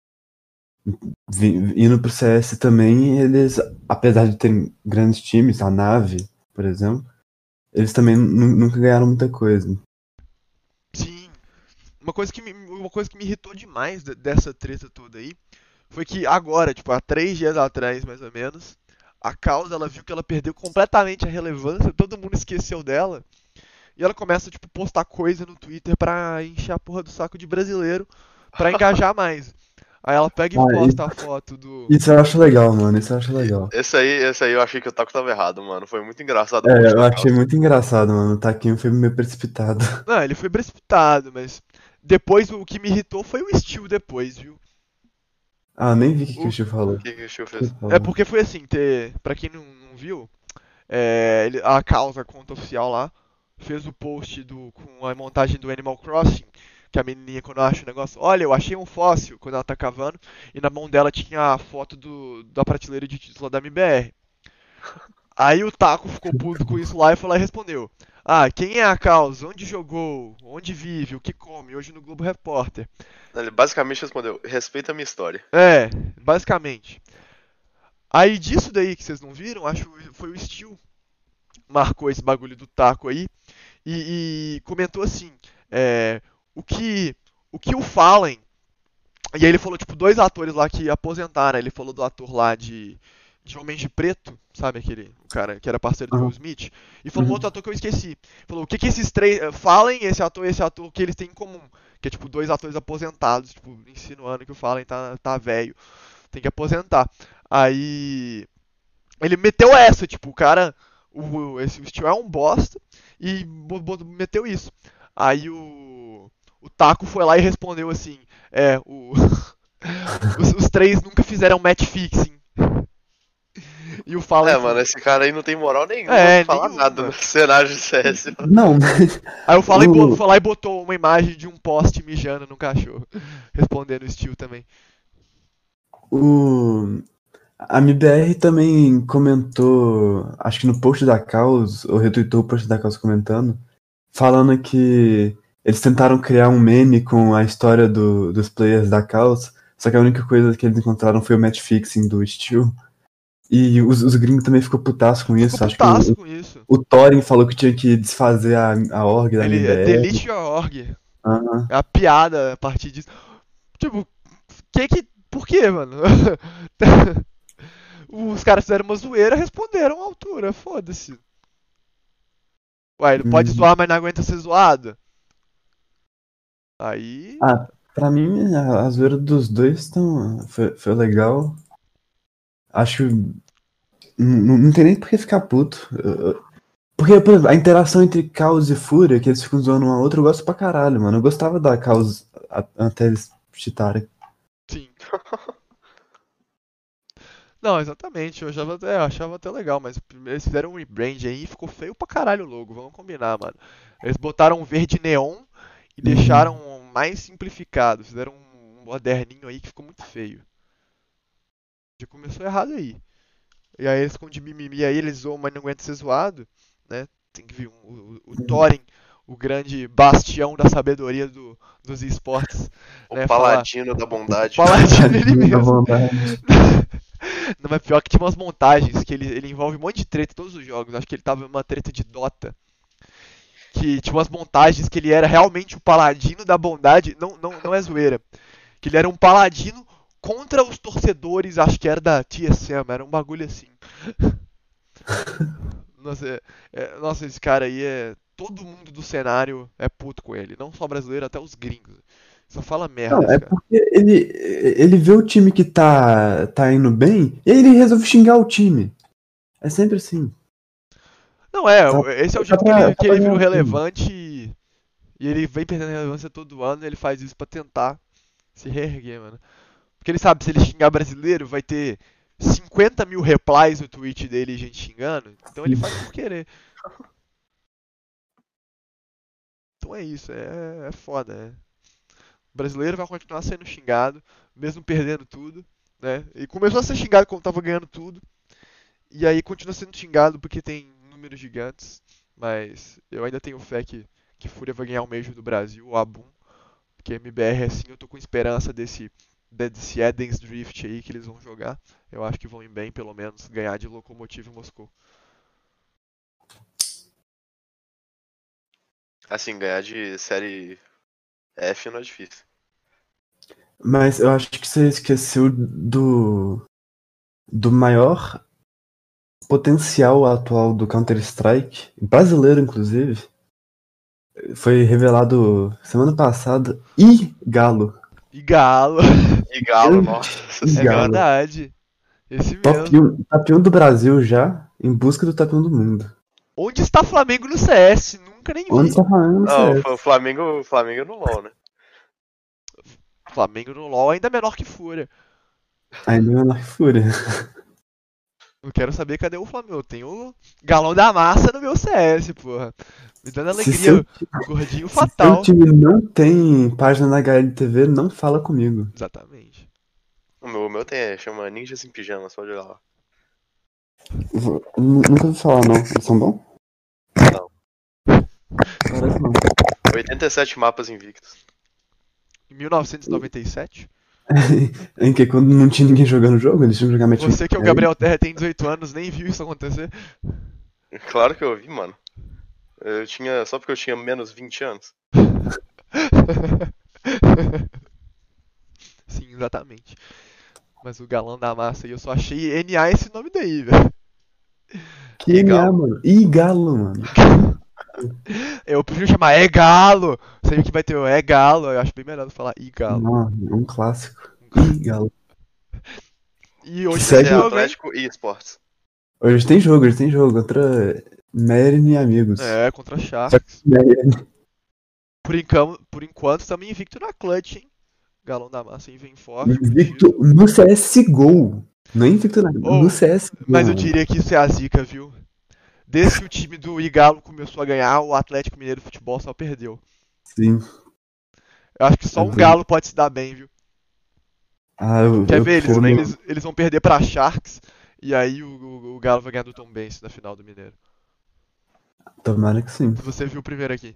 [SPEAKER 2] Indo pro CS também, eles, apesar de terem grandes times, a Nave, por exemplo, eles também nunca ganharam muita coisa.
[SPEAKER 1] Sim. Uma coisa que me irritou demais dessa treta toda aí foi que agora, tipo, há 3 dias atrás, mais ou menos, a causa, ela viu que ela perdeu completamente a relevância, todo mundo esqueceu dela, e ela começa, tipo, postar coisa no Twitter pra encher a porra do saco de brasileiro, pra engajar mais. Aí ela pega e posta a foto do...
[SPEAKER 2] Isso eu acho legal, mano, isso eu acho legal.
[SPEAKER 3] Esse aí eu achei que o Taco tava errado, mano. Foi muito engraçado.
[SPEAKER 2] Eu achei muito engraçado, mano. O Taquinho foi meio precipitado.
[SPEAKER 1] Não, ele foi precipitado, mas depois o que me irritou foi o Steel depois, viu?
[SPEAKER 2] Nem vi o que o Steel falou.
[SPEAKER 3] O que o Steel fez?
[SPEAKER 1] É porque foi assim, pra quem não viu, a causa, a conta oficial lá, fez o post com a montagem do Animal Crossing, que a menininha, quando acha o negócio, olha, eu achei um fóssil, quando ela tá cavando, e na mão dela tinha a foto da prateleira de título da MBR. Aí o Taco ficou puto com isso lá e foi lá e respondeu: quem é a causa? Onde jogou? Onde vive? O que come? Hoje no Globo Repórter.
[SPEAKER 3] Ele basicamente respondeu: respeita a minha história.
[SPEAKER 1] Basicamente. Aí disso daí que vocês não viram, acho que foi o Steel marcou esse bagulho do Taco aí e comentou assim: o que o Fallen. E aí ele falou, tipo, 2 atores lá que aposentaram. Ele falou do ator lá de Homens de Preto, sabe o cara que era parceiro do Will Smith, e falou um outro ator que eu esqueci. Falou, o que esses três, Fallen, esse ator e esse ator, o que eles têm em comum? Que é, tipo, 2 atores aposentados, tipo, insinuando que o Fallen tá velho, tem que aposentar. Aí ele meteu essa, tipo, o cara, o Steel é um bosta, e meteu isso. Aí o Taco foi lá e respondeu assim, os 3 nunca fizeram match fixing. E o Fallen.
[SPEAKER 3] Mano, esse cara aí não tem moral nenhuma
[SPEAKER 1] É,
[SPEAKER 3] pra falar
[SPEAKER 1] nenhuma.
[SPEAKER 3] nada no cenário de CS.
[SPEAKER 2] Não, mas
[SPEAKER 1] Aí o Fallen
[SPEAKER 2] O-
[SPEAKER 1] foi lá e botou uma imagem de um poste mijando num cachorro. Respondendo o Steel também.
[SPEAKER 2] a MBR também comentou, acho que no post da Caos, ou retweetou o post da Caos comentando, falando que eles tentaram criar um meme com a história dos players da Caos, só que a única coisa que eles encontraram foi o match fixing do Steel. E os gringos também ficou putaço com isso.
[SPEAKER 1] Ficou
[SPEAKER 2] Acho que
[SPEAKER 1] putaço com isso.
[SPEAKER 2] o Thorin falou que tinha que desfazer a org da
[SPEAKER 1] Ele
[SPEAKER 2] MBR.
[SPEAKER 1] delete your org.
[SPEAKER 2] Aham.
[SPEAKER 1] É uma piada a partir disso. Tipo, por quê, mano? Os caras fizeram uma zoeira, responderam à altura, foda-se. Ué, ele pode zoar, mas não aguenta ser zoado. Aí.
[SPEAKER 2] Ah, pra mim, a zoeira dos dois foi legal. Acho que não tem nem por que ficar puto. Porque, por exemplo, a interação entre Caos e Fúria, que eles ficam zoando um ao outro, eu gosto pra caralho, mano. Eu gostava da Caos até eles cheatarem.
[SPEAKER 1] Sim. Não, exatamente, eu achava até legal, mas eles fizeram um rebrand aí e ficou feio pra caralho o logo, vamos combinar, mano. Eles botaram um verde neon e deixaram mais simplificado, fizeram um moderninho aí que ficou muito feio. Já começou errado aí. E aí eles ficam de mimimi aí, eles zoam, mas não aguenta ser zoado, né? Tem que vir o Thorin, o grande bastião da sabedoria dos esportes.
[SPEAKER 3] O
[SPEAKER 1] né,
[SPEAKER 3] paladino da bondade.
[SPEAKER 1] O paladino ele
[SPEAKER 2] Dá
[SPEAKER 1] mesmo.
[SPEAKER 2] vontade.
[SPEAKER 1] Não, mas pior que tinha umas montagens que ele envolve um monte de treta em todos os jogos. Acho que ele tava em uma treta de Dota. Que tinha umas montagens que ele era realmente o paladino da bondade. Não é zoeira. Que ele era um paladino contra os torcedores, acho que era da TSM, era um bagulho assim. Nossa, esse cara aí é. Todo mundo do cenário é puto com ele. Não só brasileiro, até os gringos. Só fala merda,
[SPEAKER 2] Não,
[SPEAKER 1] esse
[SPEAKER 2] é
[SPEAKER 1] cara.
[SPEAKER 2] porque ele vê o time que tá indo bem e aí ele resolve xingar o time. É sempre assim.
[SPEAKER 1] Não, esse é o jeito que ele virou
[SPEAKER 2] ganhar
[SPEAKER 1] relevante e ele vem perdendo relevância todo ano e ele faz isso pra tentar se reerguer, mano. Porque ele sabe, se ele xingar brasileiro, vai ter 50 mil replies no tweet dele e gente xingando. Então ele faz por querer. Então é isso, é foda. O brasileiro vai continuar sendo xingado, mesmo perdendo tudo, né? E começou a ser xingado quando tava ganhando tudo. E aí continua sendo xingado porque tem números gigantes. Mas eu ainda tenho fé que Fúria vai ganhar o Major do Brasil, o Abum. Porque MBR assim, eu tô com esperança desse Eden's Drift aí que eles vão jogar. Eu acho que vão ir bem, pelo menos, ganhar de Lokomotiv Moscou.
[SPEAKER 3] Assim, ganhar de série F não é difícil.
[SPEAKER 2] Mas eu acho que você esqueceu do maior potencial atual do Counter-Strike, brasileiro inclusive. Foi revelado semana passada. E Galo.
[SPEAKER 1] E Galo.
[SPEAKER 3] E Galo, nossa
[SPEAKER 1] É
[SPEAKER 3] senhora.
[SPEAKER 1] verdade. Esse
[SPEAKER 2] Top
[SPEAKER 1] mesmo.
[SPEAKER 2] 1 do Brasil já, em busca do top 1 do mundo.
[SPEAKER 1] Onde está Flamengo no CS? Nunca nem
[SPEAKER 2] Onde
[SPEAKER 1] vi.
[SPEAKER 2] tá falando? Não
[SPEAKER 3] Não,
[SPEAKER 2] sei.
[SPEAKER 3] foi o Flamengo no LoL, né?
[SPEAKER 1] Flamengo no LoL ainda é menor que Fúria.
[SPEAKER 2] Ainda é menor que Fúria.
[SPEAKER 1] Eu quero saber cadê o Flamengo. Eu tenho o galão da massa no meu CS, porra. Me dando
[SPEAKER 2] Se
[SPEAKER 1] alegria. Gordinho
[SPEAKER 2] Se
[SPEAKER 1] fatal.
[SPEAKER 2] seu time não tem página na HLTV, não fala comigo.
[SPEAKER 1] Exatamente.
[SPEAKER 3] O meu tem, chama Ninjas em Pijamas, pode olhar lá.
[SPEAKER 2] Nunca ouvi falar, não. Eles são bons?
[SPEAKER 3] Não.
[SPEAKER 2] Parece não.
[SPEAKER 3] 87 mapas invictos.
[SPEAKER 1] Em 1997.
[SPEAKER 2] Em que quando não tinha ninguém jogando o jogo, eles tinham que jogar match.
[SPEAKER 1] Você que é o Gabriel Terra tem 18 anos, nem viu isso acontecer.
[SPEAKER 3] Claro que eu vi, mano. Eu tinha. Só porque eu tinha menos 20 anos.
[SPEAKER 1] Sim, exatamente. Mas o galão da massa, e eu só achei NA esse nome daí, velho.
[SPEAKER 2] Que
[SPEAKER 3] E
[SPEAKER 2] NA,
[SPEAKER 3] Galo.
[SPEAKER 2] mano. E Galo, mano.
[SPEAKER 1] Eu prefiro chamar É Galo. Sempre que vai ter o É Galo, eu acho bem melhor do que falar I Galo.
[SPEAKER 2] Não, um clássico. E Galo.
[SPEAKER 1] E hoje
[SPEAKER 2] Segue
[SPEAKER 1] tem
[SPEAKER 3] É
[SPEAKER 1] jogo, hein?
[SPEAKER 3] Atlético e Esportes.
[SPEAKER 2] Hoje tem jogo contra Meren e amigos.
[SPEAKER 1] É, contra
[SPEAKER 2] Só
[SPEAKER 1] Sharks.
[SPEAKER 2] que Meren-
[SPEAKER 1] Por enquanto, estamos invicto na clutch, hein? Galão da massa aí vem forte.
[SPEAKER 2] Invicto no CSGO. Não é invicto no CS.
[SPEAKER 1] Mas eu
[SPEAKER 2] Não.
[SPEAKER 1] diria que isso é a zica, viu? Desde que o time do Igalo começou a ganhar, o Atlético Mineiro de Futebol só perdeu.
[SPEAKER 2] Sim.
[SPEAKER 1] Eu acho que só
[SPEAKER 2] É
[SPEAKER 1] um
[SPEAKER 2] doido.
[SPEAKER 1] Galo pode se dar bem, viu?
[SPEAKER 2] Ah,
[SPEAKER 1] Quer
[SPEAKER 2] eu
[SPEAKER 1] ver?
[SPEAKER 3] Eu nem.
[SPEAKER 1] Eles vão perder pra Sharks e aí o Galo vai ganhar do Tombense na final do Mineiro.
[SPEAKER 2] tomara que sim.
[SPEAKER 1] Você viu o primeiro aqui.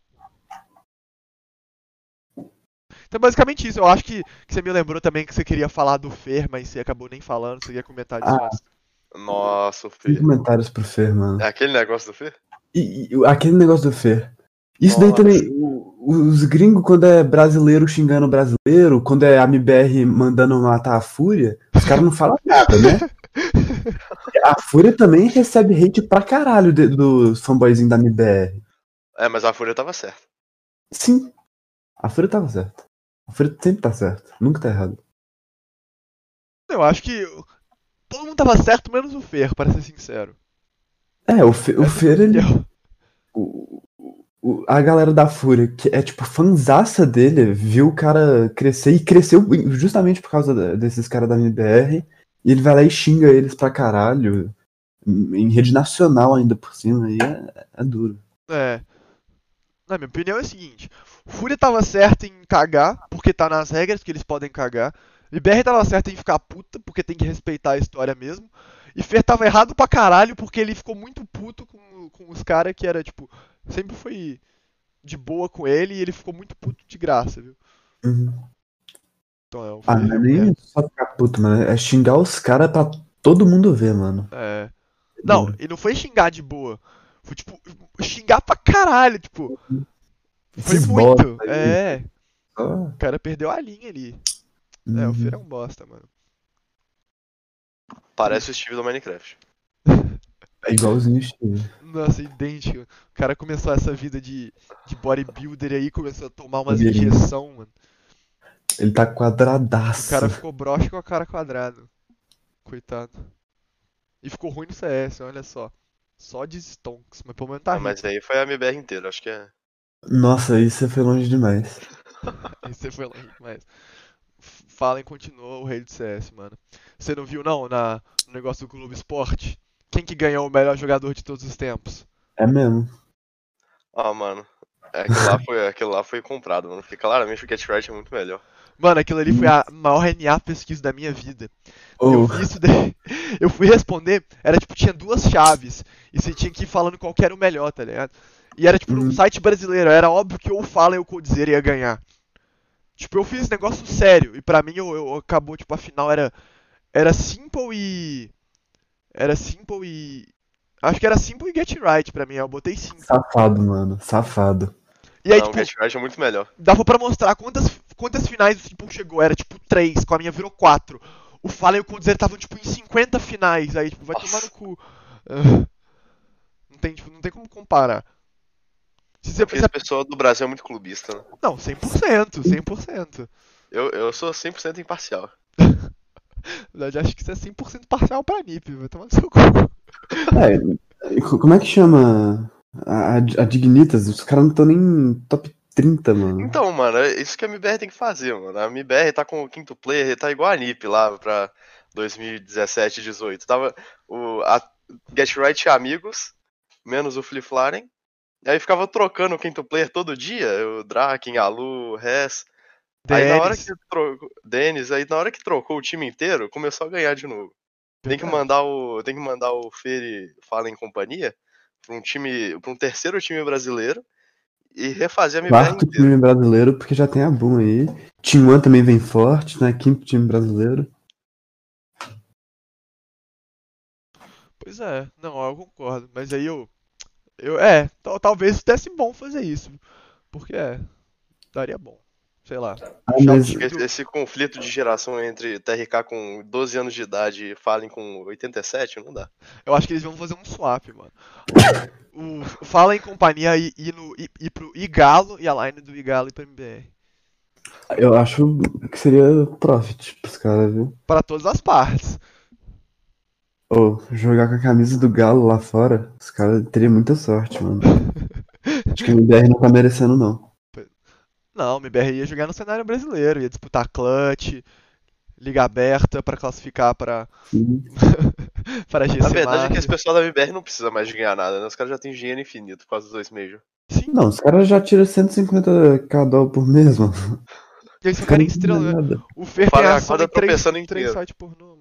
[SPEAKER 1] Então, basicamente isso. Eu acho que você me lembrou também que você queria falar do Fer, mas você acabou nem falando. Você ia comentar disso
[SPEAKER 2] Ah,
[SPEAKER 1] antes.
[SPEAKER 3] Nossa, o
[SPEAKER 2] tem
[SPEAKER 3] Fê.
[SPEAKER 2] comentários pro Fer,
[SPEAKER 3] É
[SPEAKER 2] mano.
[SPEAKER 3] aquele negócio do Fê?
[SPEAKER 2] E aquele negócio do Fer. Isso daí
[SPEAKER 3] Nossa.
[SPEAKER 2] também, os gringos, quando é brasileiro xingando brasileiro, quando é a MBR mandando matar a Fúria, os caras não falam nada, né? A Fúria também recebe hate pra caralho dos fanboyzinhos da MBR.
[SPEAKER 3] É, mas a Fúria tava certa.
[SPEAKER 2] Sim, a Fúria tava certa. A Fúria sempre tá certa, nunca tá errado.
[SPEAKER 1] Eu acho que todo mundo tava certo, menos o Fer, para ser sincero.
[SPEAKER 2] É, o
[SPEAKER 1] Essa é a minha
[SPEAKER 2] Fer, ele.
[SPEAKER 1] opinião.
[SPEAKER 2] o- a galera da Fúria, que é tipo fanzaça dele, viu o cara crescer e cresceu justamente por causa desses caras da MBR. E ele vai lá e xinga eles pra caralho, em rede nacional ainda por cima, e é duro.
[SPEAKER 1] É. Na minha opinião é o seguinte: o Fúria tava certo em cagar, porque tá nas regras que eles podem cagar. E BR tava certo em ficar puta, porque tem que respeitar a história mesmo. E Fer tava errado pra caralho, porque ele ficou muito puto com os caras que era, tipo, sempre foi de boa com ele e ele ficou muito puto de graça, viu?
[SPEAKER 2] Uhum.
[SPEAKER 1] Então o
[SPEAKER 2] Ah,
[SPEAKER 1] Fer
[SPEAKER 2] não
[SPEAKER 1] é
[SPEAKER 2] é
[SPEAKER 1] um
[SPEAKER 2] nem
[SPEAKER 1] merda.
[SPEAKER 2] só ficar puto, mano. É xingar os caras pra todo mundo ver, mano.
[SPEAKER 1] É.
[SPEAKER 2] É
[SPEAKER 1] Não,
[SPEAKER 2] duro.
[SPEAKER 1] e não foi xingar de boa. Foi, tipo, xingar pra caralho, tipo. Foi
[SPEAKER 2] Esses bosta
[SPEAKER 1] muito.
[SPEAKER 2] aí.
[SPEAKER 1] É.
[SPEAKER 2] Só.
[SPEAKER 1] O cara perdeu a linha ali. É, o Fer é
[SPEAKER 2] Uhum.
[SPEAKER 1] um bosta, mano.
[SPEAKER 3] Parece o Steve do Minecraft.
[SPEAKER 2] É igualzinho o Steve.
[SPEAKER 1] Nossa, idêntico. O cara começou essa vida de bodybuilder e aí começou a tomar umas
[SPEAKER 2] Blogueirinho.
[SPEAKER 1] injeção, mano.
[SPEAKER 2] Ele tá
[SPEAKER 1] O cara
[SPEAKER 2] quadradaço.
[SPEAKER 1] ficou broxa com a cara quadrada. Coitado. E ficou ruim no CS, olha só. Só de stonks, mas pelo menos tá
[SPEAKER 3] Ah, mas
[SPEAKER 1] rico.
[SPEAKER 3] aí foi a MBR inteira, acho que é.
[SPEAKER 2] Nossa, aí você foi longe demais.
[SPEAKER 1] Aí você foi longe demais. Fallen continua o rei do CS, mano. Você não viu não no negócio do Globo Esporte? Quem que ganhou o melhor jogador de todos os tempos?
[SPEAKER 2] É mesmo.
[SPEAKER 3] Ah, mano. Aquilo lá foi comprado, mano. Porque claramente o Catchright é muito melhor.
[SPEAKER 1] Mano, aquilo ali foi a maior NA pesquisa da minha vida. Eu
[SPEAKER 2] Ou,
[SPEAKER 1] vi isso daí. Eu fui responder, era tipo, tinha duas chaves. E você tinha que ir falando qual que era o melhor, tá ligado? E era tipo num site brasileiro, era óbvio que ou o Fallen ou o Coldzera ia ganhar. Tipo, eu fiz esse negócio sério. E pra mim eu acabou, tipo, a final era Simple e. Era Simple e. Acho que era Simple e Get Right pra mim, eu botei Simple.
[SPEAKER 2] safado, mano. Safado.
[SPEAKER 1] E aí,
[SPEAKER 3] Não, o
[SPEAKER 1] tipo,
[SPEAKER 3] Catchright é muito melhor.
[SPEAKER 1] dava pra mostrar quantas finais o Simple chegou. Era tipo 3, com a minha virou 4. O Fallen e o Coldzera estavam tipo em 50 finais. Aí, tipo, vai tomar no
[SPEAKER 3] Nossa.
[SPEAKER 1] cu. Ah, não tem como comparar. Se
[SPEAKER 3] É
[SPEAKER 1] você,
[SPEAKER 3] porque esse pessoal do Brasil é muito clubista, né?
[SPEAKER 1] não, 100%, 100%.
[SPEAKER 3] Eu sou 100% imparcial.
[SPEAKER 1] Na verdade, acho que isso é 100% parcial pra NiP, vai tomar no seu cu.
[SPEAKER 2] Como é que chama a Dignitas? Os caras não estão nem em top 30, mano.
[SPEAKER 3] Então, mano, é isso que a MBR tem que fazer, mano. A MBR tá com o quinto player, tá igual a NiP lá pra 2017 e 18. A Get Right tinha amigos, menos o Fliflaren. E aí ficava trocando o quinto player todo dia, o Draken, a Lu, o Res. Aí na hora que
[SPEAKER 1] Dennis.
[SPEAKER 3] trocou. Dennis, aí na hora que trocou o time inteiro, começou a ganhar de novo. Tem que
[SPEAKER 1] Verdade.
[SPEAKER 3] mandar o Fere Fala em companhia pra um terceiro time brasileiro e refazer a MBR
[SPEAKER 2] Quarto
[SPEAKER 3] inteira.
[SPEAKER 2] time brasileiro, porque já tem a Boom aí. Team One também vem forte, né? Quinto time brasileiro.
[SPEAKER 1] Pois é, não, eu concordo. Mas aí talvez desse bom fazer isso. Porque daria bom. Sei lá.
[SPEAKER 2] Ah,
[SPEAKER 1] Puxar o
[SPEAKER 2] mas
[SPEAKER 1] time do.
[SPEAKER 3] Esse conflito de geração entre TRK com 12 anos de idade e Fallen com 87, não dá.
[SPEAKER 1] Eu acho que eles vão fazer um swap, mano. O Fala em companhia ir pro Igalo e a line do Igalo ir pra MBR.
[SPEAKER 2] eu acho que seria profit pros caras, viu?
[SPEAKER 1] Pra todas as partes.
[SPEAKER 2] Ou jogar com a camisa do Galo lá fora, os caras teriam muita sorte, mano. Acho que a MBR não tá merecendo, não.
[SPEAKER 1] Não, o MBR ia jogar no cenário brasileiro, ia disputar clutch, liga aberta pra classificar pra,
[SPEAKER 2] Sim.
[SPEAKER 1] para
[SPEAKER 3] A
[SPEAKER 1] GC
[SPEAKER 3] verdade é que esse
[SPEAKER 1] Master.
[SPEAKER 3] pessoal da MBR não precisa mais de ganhar nada, né? Os caras já têm dinheiro infinito por causa dos 2 Major.
[SPEAKER 1] Sim,
[SPEAKER 2] Não, os caras já tiram 150k dólar por mês, mano.
[SPEAKER 1] e eles
[SPEAKER 2] Os
[SPEAKER 1] só
[SPEAKER 2] caras
[SPEAKER 1] querem
[SPEAKER 2] não precisam
[SPEAKER 1] estrela,
[SPEAKER 2] de
[SPEAKER 1] né?
[SPEAKER 2] nada.
[SPEAKER 1] O Fer
[SPEAKER 3] O
[SPEAKER 1] tem
[SPEAKER 3] Fallen
[SPEAKER 1] ação
[SPEAKER 3] acorda
[SPEAKER 1] em três,
[SPEAKER 3] tropeçando em
[SPEAKER 1] três
[SPEAKER 3] dinheiro.
[SPEAKER 1] sites pornô.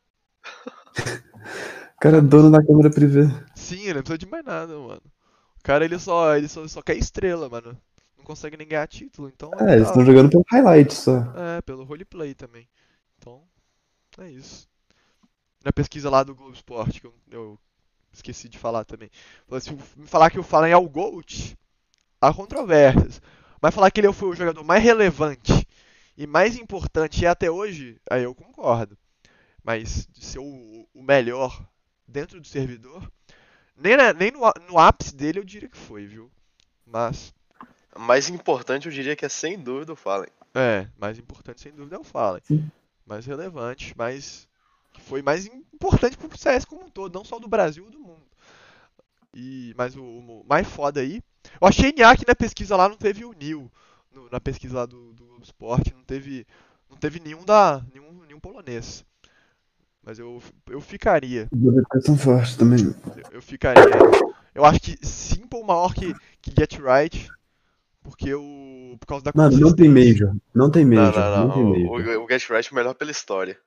[SPEAKER 2] O cara é dono da câmera privê.
[SPEAKER 1] Sim, ele não precisa de mais nada, mano. O cara ele só quer estrela, mano. Não consegue nem ganhar título, então ele
[SPEAKER 2] Eles
[SPEAKER 1] tá.
[SPEAKER 2] estão jogando pelo highlight só.
[SPEAKER 1] Pelo roleplay também. Então, é isso. Na pesquisa lá do Globo Esporte, que eu esqueci de falar também. Se me falar que o Fallen é o GOAT, há controvérsias. Mas falar que ele foi o jogador mais relevante e mais importante e até hoje, aí eu concordo. Mas de ser o melhor dentro do servidor, nem no ápice dele eu diria que foi, viu? Mas,
[SPEAKER 3] Mais importante, eu diria que é sem dúvida o Fallen.
[SPEAKER 1] mais importante sem dúvida é o Fallen.
[SPEAKER 2] Sim.
[SPEAKER 1] Mais relevante, que foi mais importante pro CS como um todo, não só do Brasil, do mundo. Mas o mais foda aí, eu achei que na pesquisa lá não teve o Nil, na pesquisa lá do Globo Esporte, não teve nenhum polonês. Mas eu ficaria.
[SPEAKER 2] Os europeus são fortes também.
[SPEAKER 1] Eu ficaria. Eu acho que Simple maior que Get Right, por causa da
[SPEAKER 2] Mano, não tem
[SPEAKER 1] consistência.
[SPEAKER 2] Major. Não tem
[SPEAKER 3] Não,
[SPEAKER 2] Major. Não tem
[SPEAKER 3] não.
[SPEAKER 2] Major.
[SPEAKER 3] O Get Right é melhor pela história.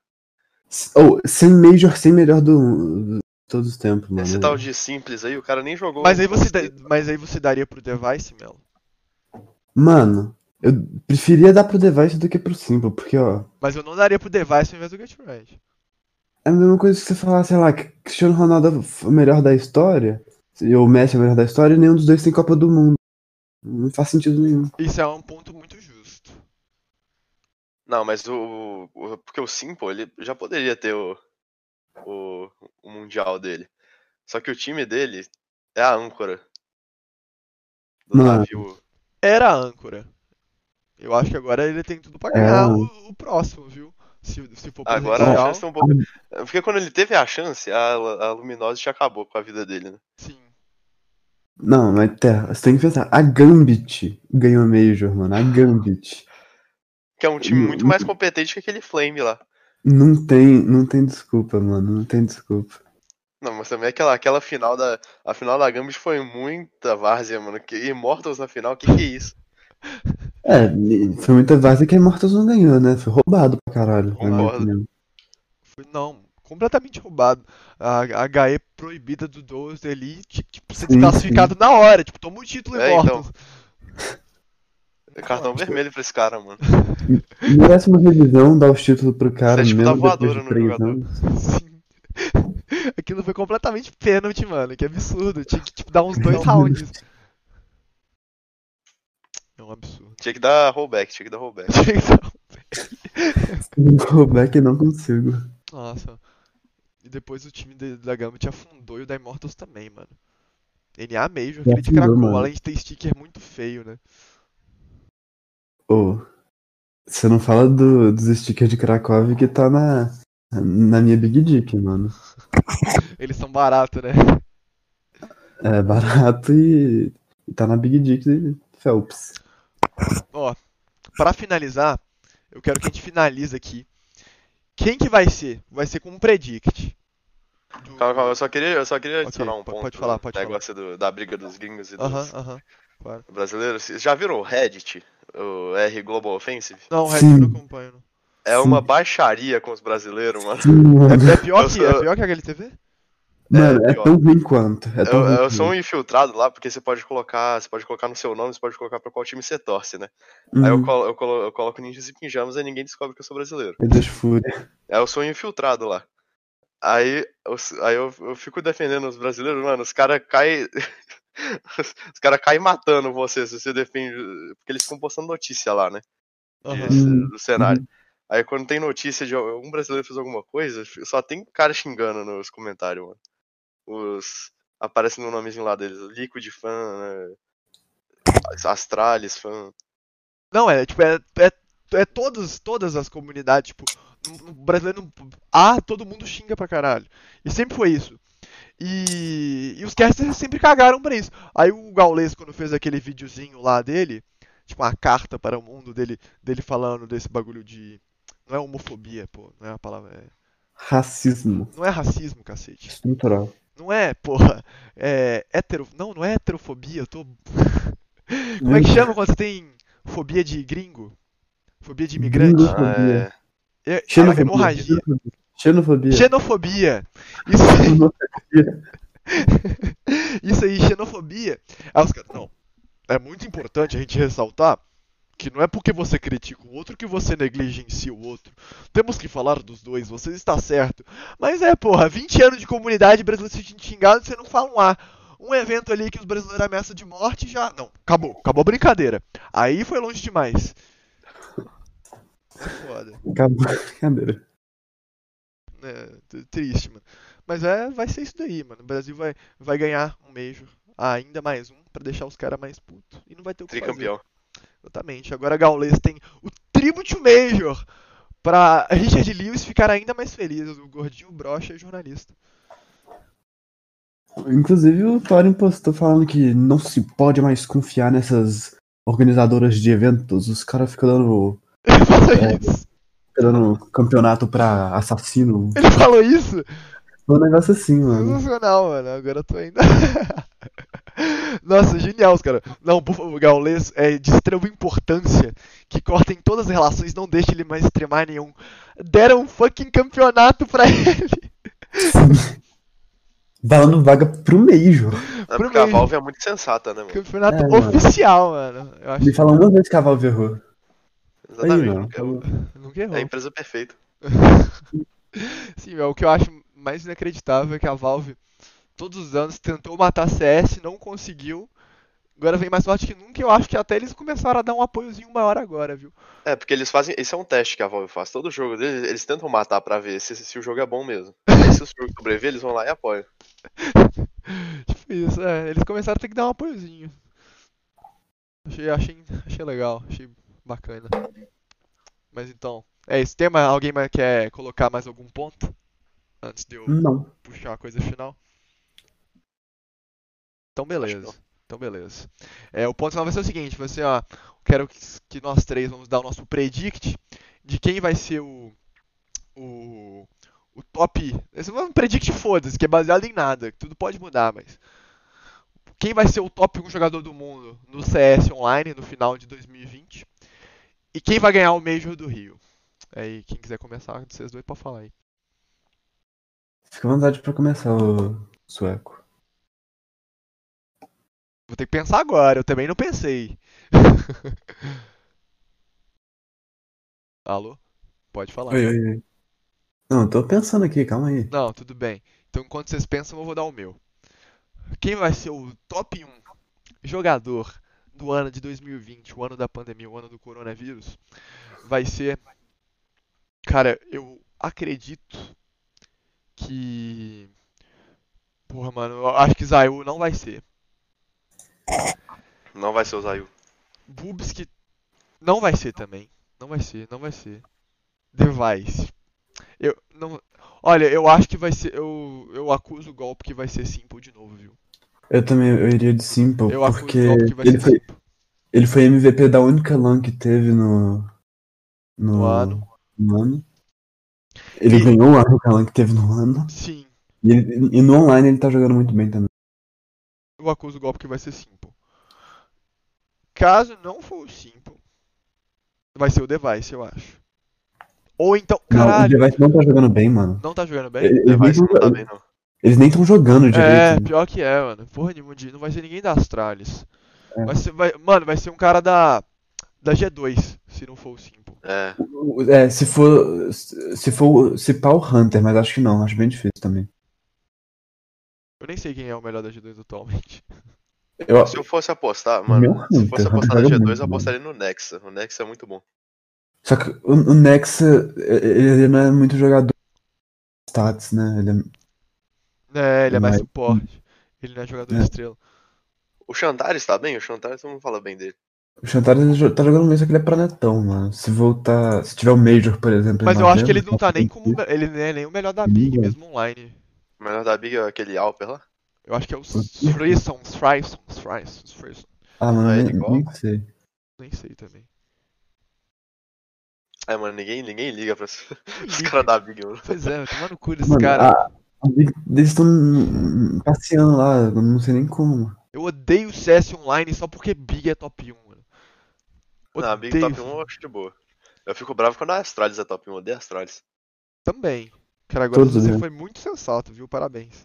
[SPEAKER 2] Sem Major, sem melhor de todos os tempos, mano.
[SPEAKER 3] Esse tal de simples aí, o cara nem jogou.
[SPEAKER 1] Mas aí você daria pro Device, Melo?
[SPEAKER 2] Mano, eu preferia dar pro Device do que pro Simple, porque, ó,
[SPEAKER 1] Mas eu não daria pro Device ao invés do Get Right.
[SPEAKER 2] é a mesma coisa que você falar, sei lá, que Cristiano Ronaldo é o melhor da história, e o Messi é o melhor da história, e nenhum dos dois tem Copa do Mundo. Não faz sentido nenhum.
[SPEAKER 1] Isso é um ponto muito justo.
[SPEAKER 3] Não, mas porque o Simple, ele já poderia ter o Mundial dele. Só que o time dele é a âncora do
[SPEAKER 2] Mano.
[SPEAKER 3] navio.
[SPEAKER 1] Era a âncora. Eu acho que agora ele tem tudo pra ganhar o próximo, viu? Se for
[SPEAKER 3] Agora a
[SPEAKER 1] presencial.
[SPEAKER 3] chance é um pouco. Porque quando ele teve a chance, a Luminosity acabou com a vida dele, né?
[SPEAKER 1] Sim.
[SPEAKER 2] Não, mas você tem que pensar, a Gambit ganhou Major, mano, a Gambit.
[SPEAKER 3] Que é um time muito mais competente que aquele Flame lá.
[SPEAKER 2] Não tem desculpa, mano, não tem desculpa.
[SPEAKER 3] Não, mas também aquela final a final da Gambit foi muita várzea, mano. Immortals na final, que é isso?
[SPEAKER 2] Foi muita várzea que a Immortals não ganhou, né? Foi roubado pra caralho. na minha
[SPEAKER 3] Concordo.
[SPEAKER 2] opinião.
[SPEAKER 1] Não, completamente roubado. A HE proibida do 12 ali, tipo, ser
[SPEAKER 2] Sim,
[SPEAKER 1] desclassificado na hora. Tipo, toma o título e
[SPEAKER 3] Então.
[SPEAKER 1] volta.
[SPEAKER 3] Cartão vermelho pra esse cara, mano.
[SPEAKER 2] Merece uma revisão, dar os títulos pro cara,
[SPEAKER 3] Isso é tipo
[SPEAKER 2] mesmo
[SPEAKER 3] dar
[SPEAKER 2] depois
[SPEAKER 3] voadora
[SPEAKER 2] de
[SPEAKER 3] no
[SPEAKER 2] 3
[SPEAKER 3] jogador.
[SPEAKER 2] anos.
[SPEAKER 1] Sim. Aquilo foi completamente pênalti, mano. Que absurdo. Tinha que tipo, dar uns 2 rounds. É um absurdo.
[SPEAKER 3] Tinha que dar rollback.
[SPEAKER 1] Tinha que dar
[SPEAKER 2] Rollback não consigo.
[SPEAKER 1] Nossa. E depois o time da Gambit afundou e o da Immortals também, mano. NA Major, aquele de
[SPEAKER 2] afundou,
[SPEAKER 1] Krakow,
[SPEAKER 2] mano.
[SPEAKER 1] além de ter sticker muito feio, né?
[SPEAKER 2] Ô, você não fala dos stickers de Krakow que tá na minha Big Dick, mano.
[SPEAKER 1] Eles são baratos, né?
[SPEAKER 2] É barato e tá na Big Dick de Phelps.
[SPEAKER 1] Ó, pra finalizar, eu quero que a gente finalize aqui. Quem que vai ser? Vai ser com um predict.
[SPEAKER 3] Calma, eu só queria adicionar
[SPEAKER 1] Ok,
[SPEAKER 3] um ponto.
[SPEAKER 1] pode falar,
[SPEAKER 3] no negócio da briga dos gringos e dos
[SPEAKER 1] claro.
[SPEAKER 3] brasileiros. Vocês já viram o Reddit? O R Global Offensive?
[SPEAKER 1] Não, o Red
[SPEAKER 2] Sim.
[SPEAKER 1] eu não acompanho. Não.
[SPEAKER 3] É uma baixaria com os brasileiros, mano.
[SPEAKER 2] Sim, mano.
[SPEAKER 1] É pior que a HLTV?
[SPEAKER 2] Mano, é
[SPEAKER 3] pior.
[SPEAKER 2] tão ruim quanto. É tão ruim
[SPEAKER 3] Eu sou
[SPEAKER 2] quanto.
[SPEAKER 3] um infiltrado lá, porque você pode colocar no seu nome, você pode colocar pra qual time você torce, né?
[SPEAKER 2] Uhum.
[SPEAKER 3] Aí eu coloco ninjas e pijamas e ninguém descobre que eu sou brasileiro.
[SPEAKER 2] Eu deixo fúria.
[SPEAKER 3] Eu sou um infiltrado lá. Aí eu fico defendendo os brasileiros, mano, os caras caem. Os caras caem matando você se você defende. Porque eles ficam postando notícia lá, né? Do cenário. Aí quando tem notícia de algum brasileiro fez alguma coisa, só tem cara xingando nos comentários, mano. Aparece no nomezinho lá deles, Liquid Fan, né? Astralis Fan.
[SPEAKER 1] Não, tipo, todas as comunidades, tipo, no brasileiro todo mundo xinga pra caralho. E sempre foi isso. E os casters sempre cagaram pra isso. Aí o Gaules, quando fez aquele videozinho lá dele, tipo uma carta para o mundo dele falando desse bagulho de Não é homofobia, pô. Não é a palavra.
[SPEAKER 2] Racismo
[SPEAKER 1] Não é racismo, cacete.
[SPEAKER 2] estrutural.
[SPEAKER 1] Não é, porra. É hetero. Não é heterofobia, eu tô. Como é que
[SPEAKER 2] Eita,
[SPEAKER 1] chama quando você tem fobia de gringo? Fobia de imigrante?
[SPEAKER 2] gringofobia.
[SPEAKER 1] Caraca,
[SPEAKER 2] Xenofobia.
[SPEAKER 1] hemorragia.
[SPEAKER 2] Xenofobia.
[SPEAKER 1] Xenofobia. Isso
[SPEAKER 2] Xenofobia.
[SPEAKER 1] Isso aí, xenofobia. Aí os caras, não, é muito importante a gente ressaltar que não é porque você critica o outro que você negligencia o outro. Temos que falar dos dois, você está certo. Mas porra, 20 anos de comunidade brasileira se xingado, você não fala um evento ali que os brasileiros ameaçam de morte já. Não, acabou a brincadeira. Aí foi longe demais. É foda.
[SPEAKER 2] Acabou a brincadeira.
[SPEAKER 1] Triste, mano. Mas vai ser isso daí, mano. O Brasil vai ganhar um Major. Ainda mais um, pra deixar os caras mais putos. E não vai ter o que fazer.
[SPEAKER 3] Tricampeão.
[SPEAKER 1] Exatamente. Agora a Gaules tem o Tribute Major pra Richard Lewis ficar ainda mais feliz. O gordinho brocha é jornalista.
[SPEAKER 2] Inclusive o Thorin postou falando que não se pode mais confiar nessas organizadoras de eventos. Os caras ficam dando,
[SPEAKER 1] Ele falou isso.
[SPEAKER 2] dando campeonato pra assassino.
[SPEAKER 1] Ele falou isso.
[SPEAKER 2] Um negócio assim, mano.
[SPEAKER 1] Sensacional, mano. Agora eu tô ainda. Nossa, genial, os caras. Não, por favor, Gaules é de extrema importância que cortem todas as relações, não deixe ele mais extremar nenhum. Deram um fucking campeonato pra ele.
[SPEAKER 2] Dando vaga pro Major.
[SPEAKER 3] Porque a Valve é muito sensata, né, mano?
[SPEAKER 1] Campeonato
[SPEAKER 2] mano.
[SPEAKER 1] oficial, mano. Eu acho
[SPEAKER 2] Me fala uma vez que a Valve errou.
[SPEAKER 3] Exatamente.
[SPEAKER 2] Aí, não.
[SPEAKER 1] Nunca errou.
[SPEAKER 3] É a empresa perfeita.
[SPEAKER 1] Sim, o que eu acho mais inacreditável é que a Valve, todos os anos, tentou matar CS, não conseguiu. Agora vem mais forte que nunca e eu acho que até eles começaram a dar um apoiozinho maior agora, viu?
[SPEAKER 3] É, porque eles fazem. Esse é um teste que a Valve faz. Todo jogo deles, eles tentam matar pra ver se o jogo é bom mesmo. Aí se o jogo sobreviver, eles vão lá e apoiam.
[SPEAKER 1] Tipo isso, eles começaram a ter que dar um apoiozinho. Achei legal, achei bacana. Mas então, é isso. Alguém mais quer colocar mais algum ponto? Antes de eu
[SPEAKER 2] Não.
[SPEAKER 1] puxar a coisa final? Então beleza. O ponto final vai ser o seguinte, quero que nós três vamos dar o nosso predict de quem vai ser o top. Esse é um predict foda-se, que é baseado em nada, que tudo pode mudar, mas quem vai ser o top 1 jogador do mundo no CS Online no final de 2020 e quem vai ganhar o Major do Rio. Aí, quem quiser começar, vocês dois podem falar aí.
[SPEAKER 2] Fica à vontade pra começar, o sueco.
[SPEAKER 1] Vou ter que pensar agora, eu também não pensei. Alô? Pode falar.
[SPEAKER 2] Oi. Não, tô pensando aqui, calma aí.
[SPEAKER 1] Não, tudo bem. Então, enquanto vocês pensam, eu vou dar o meu. Quem vai ser o top 1 jogador do ano de 2020, o ano da pandemia, o ano do coronavírus, vai ser. Cara, eu acredito que. Porra, mano, eu acho que Zayu não vai ser.
[SPEAKER 3] Não vai ser o Zayu.
[SPEAKER 1] Bubsky não vai ser também. Não vai ser. Device. Olha, eu acho que vai ser. Eu acuso o golpe que vai ser Simple de novo, viu?
[SPEAKER 2] Eu também iria de Simple,
[SPEAKER 1] Eu acuso
[SPEAKER 2] porque
[SPEAKER 1] o golpe que vai ser Simple.
[SPEAKER 2] ele foi MVP da única LAN que teve no
[SPEAKER 1] ano.
[SPEAKER 2] Ele ganhou a única LAN que teve no ano.
[SPEAKER 1] Sim.
[SPEAKER 2] E no online ele tá jogando muito bem também.
[SPEAKER 1] Eu acuso o golpe que vai ser Simple. Caso não for o Simple, vai ser o Device, eu acho. Ou então, caralho.
[SPEAKER 2] Não, o Device não tá jogando bem, mano.
[SPEAKER 1] Não tá jogando bem?
[SPEAKER 3] Device não tá bem, não.
[SPEAKER 2] Eles nem estão jogando direito.
[SPEAKER 1] Pior que mano. Porra nenhuma, não vai ser ninguém da Astralis.
[SPEAKER 2] É.
[SPEAKER 1] Vai ser um cara da G2, se não for o Simple.
[SPEAKER 2] Se pá o Hunter, mas acho que não, acho bem difícil também.
[SPEAKER 1] Eu nem sei quem é o melhor da G2 atualmente.
[SPEAKER 3] Se eu fosse apostar, mano, se fosse apostar na G2, eu apostaria no Nexa. O Nexa é muito bom.
[SPEAKER 2] Só que o Nexa, ele não é muito jogador de stats, né?
[SPEAKER 1] Ele é mais suporte. Ele não é jogador de estrela.
[SPEAKER 3] O Xantares tá bem? O Xantares todo mundo fala bem dele.
[SPEAKER 2] O Xantares tá jogando mesmo, só que ele é planetão, mano. Se tiver o Major, por exemplo.
[SPEAKER 1] Mas eu acho que ele não tá nem como. Ele não é nem o melhor da Big, mesmo online.
[SPEAKER 3] O melhor da Big é aquele Alper lá?
[SPEAKER 1] Eu acho que é o Threeson.
[SPEAKER 2] Ah, mano, nem sei.
[SPEAKER 1] Nem sei também.
[SPEAKER 3] É, mano, ninguém liga pra os
[SPEAKER 1] Liga.
[SPEAKER 3] caras da Big, mano.
[SPEAKER 1] Pois é, vai tomar no cu desse
[SPEAKER 2] Mano,
[SPEAKER 1] cara.
[SPEAKER 2] eles estão passeando lá, eu não sei nem como.
[SPEAKER 1] Eu odeio o CS Online só porque Big é top 1, mano.
[SPEAKER 3] Na Big
[SPEAKER 1] Odeio.
[SPEAKER 3] top 1 eu acho de boa. Eu fico bravo quando a Astralis é top 1, eu odeio a Astralis.
[SPEAKER 1] Também. Cara, agora
[SPEAKER 2] Todos
[SPEAKER 1] você
[SPEAKER 2] odeiam.
[SPEAKER 1] foi muito sensato, viu? Parabéns.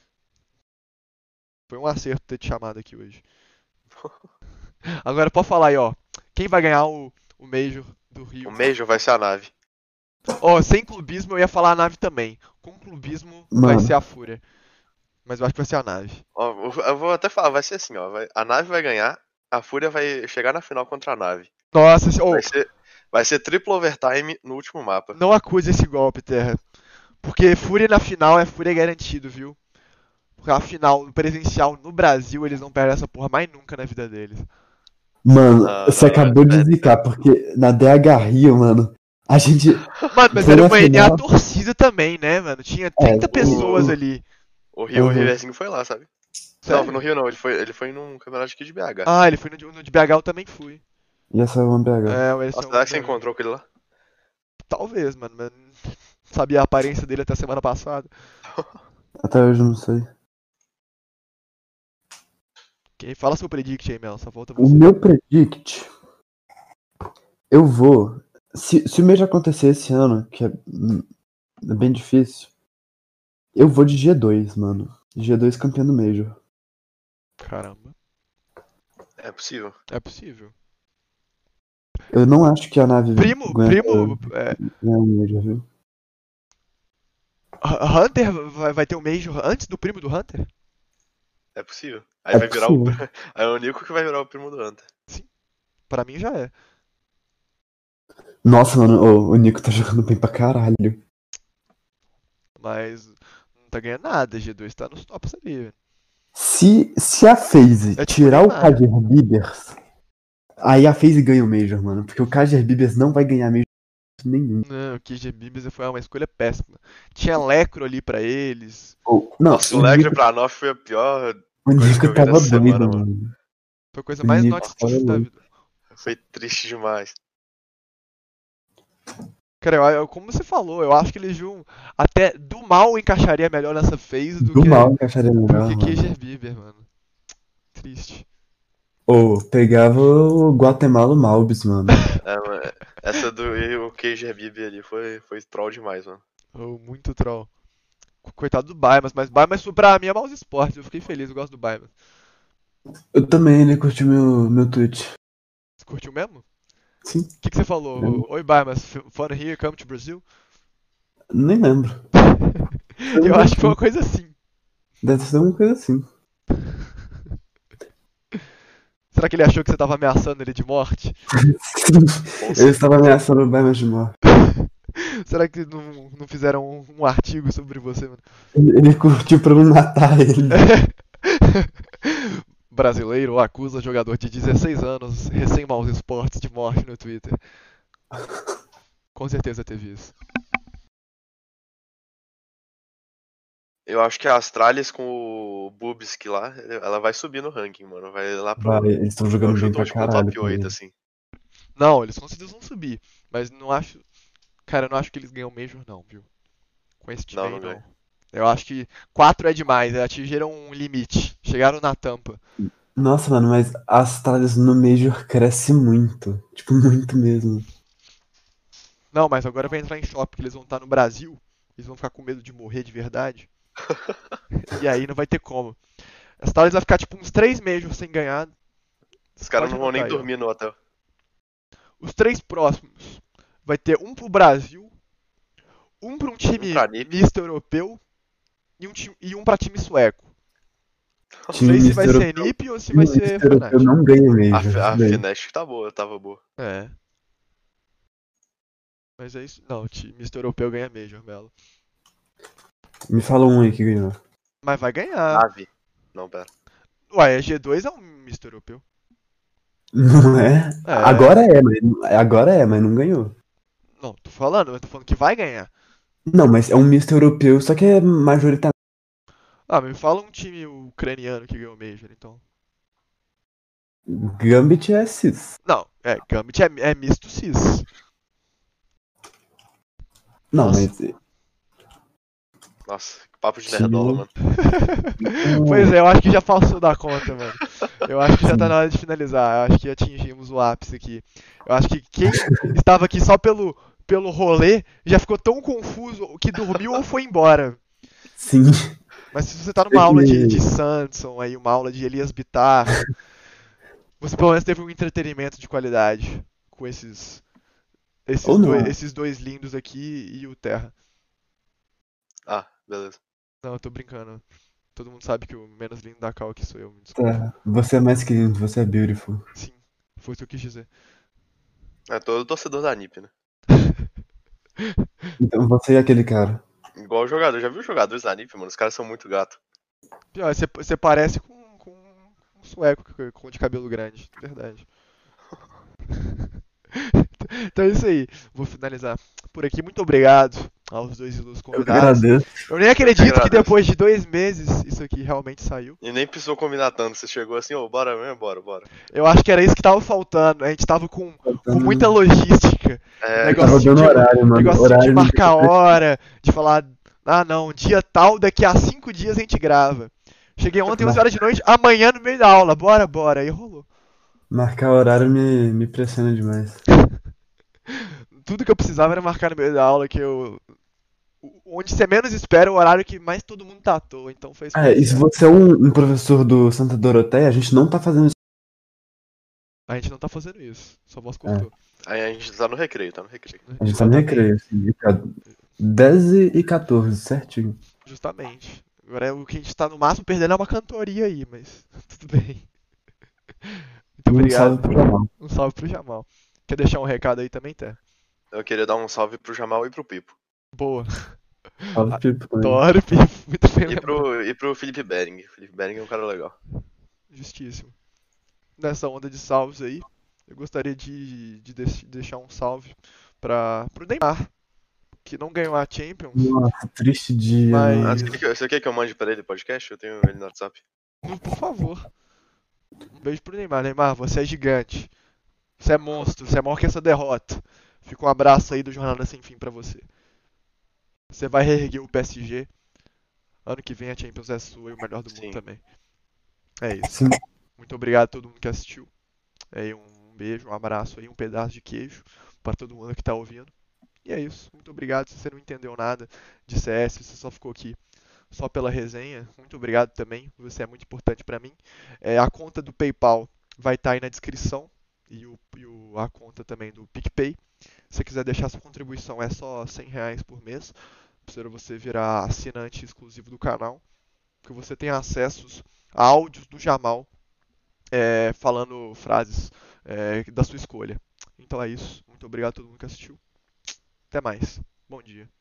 [SPEAKER 1] Foi um acerto ter te chamado aqui hoje. Agora pode falar aí, ó. Quem vai ganhar o Major do Rio?
[SPEAKER 3] O Major vai ser a nave.
[SPEAKER 1] Ó, sem clubismo eu ia falar a nave também. Com clubismo vai
[SPEAKER 2] Mano.
[SPEAKER 1] ser a Fúria. Mas eu acho que vai ser a nave.
[SPEAKER 3] Ó, eu vou até falar, vai ser assim, ó. A nave vai ganhar, a Fúria vai chegar na final contra a nave.
[SPEAKER 1] Nossa,
[SPEAKER 3] Vai ser triplo overtime no último mapa.
[SPEAKER 1] não acuse esse golpe, Terra. Porque Fúria na final é Fúria garantido, viu? Porque a final no presencial no Brasil eles não perdem essa porra mais nunca na vida deles.
[SPEAKER 2] Mano,
[SPEAKER 3] Não,
[SPEAKER 2] você
[SPEAKER 3] não,
[SPEAKER 2] acabou de
[SPEAKER 3] é-
[SPEAKER 2] zicar, porque na DH Rio, mano, a gente.
[SPEAKER 1] Mano, mas
[SPEAKER 2] Foi
[SPEAKER 1] era
[SPEAKER 2] na
[SPEAKER 1] uma
[SPEAKER 2] final.
[SPEAKER 1] NA torcida também, né, mano? Tinha 30 pessoas ali.
[SPEAKER 3] O
[SPEAKER 2] Uhum.
[SPEAKER 3] Riverzinho foi lá, sabe?
[SPEAKER 1] Sério?
[SPEAKER 3] Não, no Rio não, ele foi num campeonato aqui de BH.
[SPEAKER 1] Ah, ele foi no de BH, eu também fui.
[SPEAKER 2] E essa é uma BH.
[SPEAKER 1] É, o Emerson
[SPEAKER 3] Nossa, será que você encontrou com ele lá?
[SPEAKER 1] Talvez, mano, mas não sabia a aparência dele até semana passada.
[SPEAKER 2] Até hoje eu não sei.
[SPEAKER 1] Quem fala seu predict aí, Mel, só volta
[SPEAKER 2] O
[SPEAKER 1] você.
[SPEAKER 2] meu predict. Eu vou. Se o Major acontecer esse ano, que é bem difícil, eu vou de G2, mano. G2 campeão do Major.
[SPEAKER 1] Caramba,
[SPEAKER 3] É possível.
[SPEAKER 1] é possível.
[SPEAKER 2] Eu não acho que a nave
[SPEAKER 1] Primo,
[SPEAKER 2] ganha o Major, viu?
[SPEAKER 1] Hunter vai ter o Major antes do primo do Hunter?
[SPEAKER 3] É possível. Aí
[SPEAKER 2] É
[SPEAKER 3] vai virar
[SPEAKER 2] possível.
[SPEAKER 3] Aí é o Nico que vai virar o primo do Hunter.
[SPEAKER 1] Pra mim já é.
[SPEAKER 2] Nossa, mano, o Nico tá jogando bem pra caralho.
[SPEAKER 1] Mas não tá ganhando nada, G2 tá nos tops ali, velho.
[SPEAKER 2] Se a FaZe
[SPEAKER 1] É tipo
[SPEAKER 2] tirar o
[SPEAKER 1] Neymar.
[SPEAKER 2] Kajer Bibers, aí a FaZe ganha o Major, mano. Porque o Kajer Bibers não vai ganhar Major nenhum.
[SPEAKER 1] Não, o KG Bibas foi uma escolha péssima. Tinha Lecro ali pra eles.
[SPEAKER 2] Não,
[SPEAKER 3] Nossa, o Lecre pra Nof foi a pior.
[SPEAKER 2] o
[SPEAKER 3] coisa que
[SPEAKER 2] Nico
[SPEAKER 3] eu vi
[SPEAKER 2] tava
[SPEAKER 3] nessa
[SPEAKER 2] doido,
[SPEAKER 3] semana,
[SPEAKER 2] mano.
[SPEAKER 1] Foi a coisa
[SPEAKER 2] O
[SPEAKER 1] mais
[SPEAKER 2] Nico
[SPEAKER 1] not
[SPEAKER 2] tava
[SPEAKER 1] Steve da
[SPEAKER 2] louco.
[SPEAKER 1] vida.
[SPEAKER 3] Foi triste demais.
[SPEAKER 1] Cara, como você falou, eu acho que eles viam até do mal encaixaria melhor nessa phase do
[SPEAKER 2] Do
[SPEAKER 1] que
[SPEAKER 2] mal encaixaria melhor,
[SPEAKER 1] que
[SPEAKER 2] mano.
[SPEAKER 1] KG Bieber, mano. Triste.
[SPEAKER 2] Ou pegava o Guatemala Malbis, mano.
[SPEAKER 3] É, mano, essa do e o KG Bibi ali foi troll demais, mano.
[SPEAKER 1] Muito troll. Coitado do Baimas, mas Baimas pra mim é Mouse Sports. Eu fiquei feliz, eu gosto do Baimas.
[SPEAKER 2] Eu também, ele curtiu meu tweet.
[SPEAKER 1] Você curtiu mesmo?
[SPEAKER 2] Sim,
[SPEAKER 1] O que você falou?
[SPEAKER 2] Lembro.
[SPEAKER 1] Oi, Baimas, fun here, come to Brazil?
[SPEAKER 2] nem lembro.
[SPEAKER 1] Eu acho que foi uma coisa assim.
[SPEAKER 2] Deve ser uma coisa assim.
[SPEAKER 1] Será que ele achou que você tava ameaçando ele de morte?
[SPEAKER 2] Eu estava ameaçando o Baimas de morte.
[SPEAKER 1] Será que não fizeram um artigo sobre você, mano?
[SPEAKER 2] Ele curtiu pra não matar ele.
[SPEAKER 1] Brasileiro acusa jogador de 16 anos, recém-mouse esportes, de morte no Twitter. Com certeza teve isso.
[SPEAKER 3] Eu acho que a Astralis com o Bubsky lá, ela vai subir no ranking, mano. Vai lá pro.
[SPEAKER 2] Vai, eles estão jogando
[SPEAKER 3] eu
[SPEAKER 2] bem
[SPEAKER 3] chuto,
[SPEAKER 2] pra
[SPEAKER 3] tipo,
[SPEAKER 2] caralho.
[SPEAKER 3] top 8,
[SPEAKER 2] também.
[SPEAKER 3] assim.
[SPEAKER 1] Não, eles com certeza vão subir. Mas não acho. Cara, eu não acho que eles ganham Major, não, viu? Com esse time
[SPEAKER 3] Não,
[SPEAKER 1] aí,
[SPEAKER 3] não
[SPEAKER 1] não.
[SPEAKER 3] ganha.
[SPEAKER 1] Eu acho que 4 é demais, atingiram um limite. Chegaram na tampa.
[SPEAKER 2] Nossa, mano, mas a Astralis no Major cresce muito. Tipo, muito mesmo.
[SPEAKER 1] Não, mas agora vai entrar em shopping, porque eles vão estar no Brasil. Eles vão ficar com medo de morrer de verdade. E aí não vai ter como. A Stars vai ficar tipo uns 3 Majors sem ganhar.
[SPEAKER 3] Os caras
[SPEAKER 1] Pode
[SPEAKER 3] não vão nem
[SPEAKER 1] anotar aí, ó.
[SPEAKER 3] dormir no hotel.
[SPEAKER 1] Os 3 próximos vai ter um pro Brasil, um pra um time
[SPEAKER 3] pra NiP.
[SPEAKER 1] misto europeu e um pra time sueco. Não
[SPEAKER 2] Time
[SPEAKER 1] sei se
[SPEAKER 2] misto
[SPEAKER 1] vai ser
[SPEAKER 2] europeu.
[SPEAKER 1] NiP ou se vai ser
[SPEAKER 2] Mister Europeu
[SPEAKER 1] Fnatic.
[SPEAKER 2] não ganha
[SPEAKER 3] A
[SPEAKER 2] Major. bem.
[SPEAKER 3] Fnatic tá boa, tava boa.
[SPEAKER 1] É. Mas é isso. Não, o time misto europeu ganha Major, Melo.
[SPEAKER 2] Me fala um aí que ganhou.
[SPEAKER 1] Mas vai ganhar.
[SPEAKER 3] Nave. Não, pera.
[SPEAKER 1] Ué, a G2 é um misto europeu.
[SPEAKER 2] Não é?
[SPEAKER 1] É.
[SPEAKER 2] Agora é, mas não ganhou.
[SPEAKER 1] Não, tô falando, eu tô falando que vai ganhar.
[SPEAKER 2] Não, mas é um misto europeu, só que é majoritário.
[SPEAKER 1] Ah, me fala um time ucraniano que ganhou Major, então.
[SPEAKER 2] Gambit é cis.
[SPEAKER 1] Não, Gambit é misto cis.
[SPEAKER 2] Não,
[SPEAKER 1] Nossa.
[SPEAKER 2] mas.
[SPEAKER 3] Nossa, que papo de nerdola, mano.
[SPEAKER 1] Pois é, eu acho que já passou da conta, mano. Eu acho que já tá
[SPEAKER 2] Sim.
[SPEAKER 1] na hora de finalizar. Eu acho que atingimos o ápice aqui. Eu acho que quem estava aqui só pelo rolê já ficou tão confuso que dormiu ou foi embora.
[SPEAKER 2] Sim.
[SPEAKER 1] Mas se você tá
[SPEAKER 2] É
[SPEAKER 1] numa aula de
[SPEAKER 2] que.
[SPEAKER 1] Sanderson, aí uma aula de Elias Bittar, você pelo menos teve um entretenimento de qualidade com
[SPEAKER 2] Ou não.
[SPEAKER 1] esses dois lindos aqui e o Terra.
[SPEAKER 3] Ah, beleza.
[SPEAKER 1] Não, eu tô brincando. Todo mundo sabe que o menos lindo da cal aqui sou eu, me desculpa.
[SPEAKER 2] Tá. Você é mais que lindo, você é beautiful.
[SPEAKER 1] Sim, foi o que eu quis dizer.
[SPEAKER 3] É todo torcedor da NiP, né?
[SPEAKER 2] Então você é aquele cara.
[SPEAKER 3] Igual o jogador. Já viu os jogadores da NiP, mano? Os caras são muito gato.
[SPEAKER 1] Pior, você parece com um sueco de cabelo grande, verdade. Então é isso aí. Vou finalizar por aqui. Muito obrigado aos dois ilustres
[SPEAKER 2] Eu que
[SPEAKER 1] convidados.
[SPEAKER 2] agradeço.
[SPEAKER 1] Eu nem
[SPEAKER 3] Eu que
[SPEAKER 1] acredito que
[SPEAKER 3] agradeço.
[SPEAKER 1] depois de 2 meses isso aqui realmente saiu.
[SPEAKER 3] E nem precisou combinar tanto. Você chegou assim, ô, bora mesmo, bora.
[SPEAKER 1] Eu acho que era isso que tava faltando. A gente tava com muita
[SPEAKER 2] Faltando.
[SPEAKER 1] logística.
[SPEAKER 3] É,
[SPEAKER 2] Tava
[SPEAKER 1] Negocinho
[SPEAKER 2] dando
[SPEAKER 1] de,
[SPEAKER 2] horário, mano.
[SPEAKER 1] negocinho de
[SPEAKER 2] Horário não
[SPEAKER 1] marcar a hora, de falar, ah não, dia tal, daqui a 5 dias a gente grava. Cheguei ontem, 11 horas da noite, amanhã no meio da aula, bora. Aí rolou.
[SPEAKER 2] Marcar horário me pressiona demais.
[SPEAKER 1] Tudo que eu precisava era marcar no meio da aula, que eu. Onde você menos espera, o horário que mais todo mundo tá à toa, então foi
[SPEAKER 2] Ah, e se
[SPEAKER 1] certo.
[SPEAKER 2] você é um professor do Santa Doroteia, a gente não tá fazendo isso.
[SPEAKER 1] A gente não tá fazendo isso, sua voz
[SPEAKER 2] É,
[SPEAKER 1] cortou.
[SPEAKER 3] aí a gente tá no recreio, tá no recreio.
[SPEAKER 2] a gente tá no recreio, assim, fica 10h14, certinho.
[SPEAKER 1] Justamente. Agora o que a gente tá no máximo perdendo é uma cantoria aí, mas tudo bem. Muito
[SPEAKER 2] Um
[SPEAKER 1] obrigado.
[SPEAKER 2] salve pro Jamal.
[SPEAKER 1] Um salve pro Jamal. Quer deixar um recado aí também, Té?
[SPEAKER 3] Eu queria dar um salve pro Jamal e pro Pipo.
[SPEAKER 1] Boa.
[SPEAKER 2] Salve, Pipo, também.
[SPEAKER 1] Adoro, Pipo. Muito bem
[SPEAKER 3] E
[SPEAKER 1] lembrado.
[SPEAKER 3] pro Felipe Bering. O Felipe Bering é um cara legal.
[SPEAKER 1] Justíssimo. Nessa onda de salves aí, eu gostaria de deixar um salve pro Neymar, que não ganhou a Champions,
[SPEAKER 2] Nossa, triste dia,
[SPEAKER 3] Ah,
[SPEAKER 2] mano.
[SPEAKER 1] mas,
[SPEAKER 3] você quer que eu mande pra ele podcast? Eu tenho ele no WhatsApp.
[SPEAKER 1] por favor, um beijo pro Neymar. Neymar, você é gigante. Você é monstro, você é maior que essa derrota. Fica um abraço aí do Jornada Sem Fim pra você. Você vai reerguer o PSG. Ano que vem a Champions é sua e o melhor do mundo
[SPEAKER 3] Sim.
[SPEAKER 1] também. É isso.
[SPEAKER 2] Sim.
[SPEAKER 1] Muito obrigado a todo mundo que assistiu. Um beijo, um abraço aí, um pedaço de queijo para todo mundo que tá ouvindo. E é isso. Muito obrigado. Se você não entendeu nada de CS, se você só ficou aqui só pela resenha, muito obrigado também. Você é muito importante para mim. A conta do PayPal vai estar aí na descrição a conta também do PicPay. Se você quiser deixar sua contribuição, é só R$ 100 por mês. Para você virar assinante exclusivo do canal. Que você tem acessos a áudios do Jamal falando frases da sua escolha. Então é isso. Muito obrigado a todo mundo que assistiu. Até mais. Bom dia.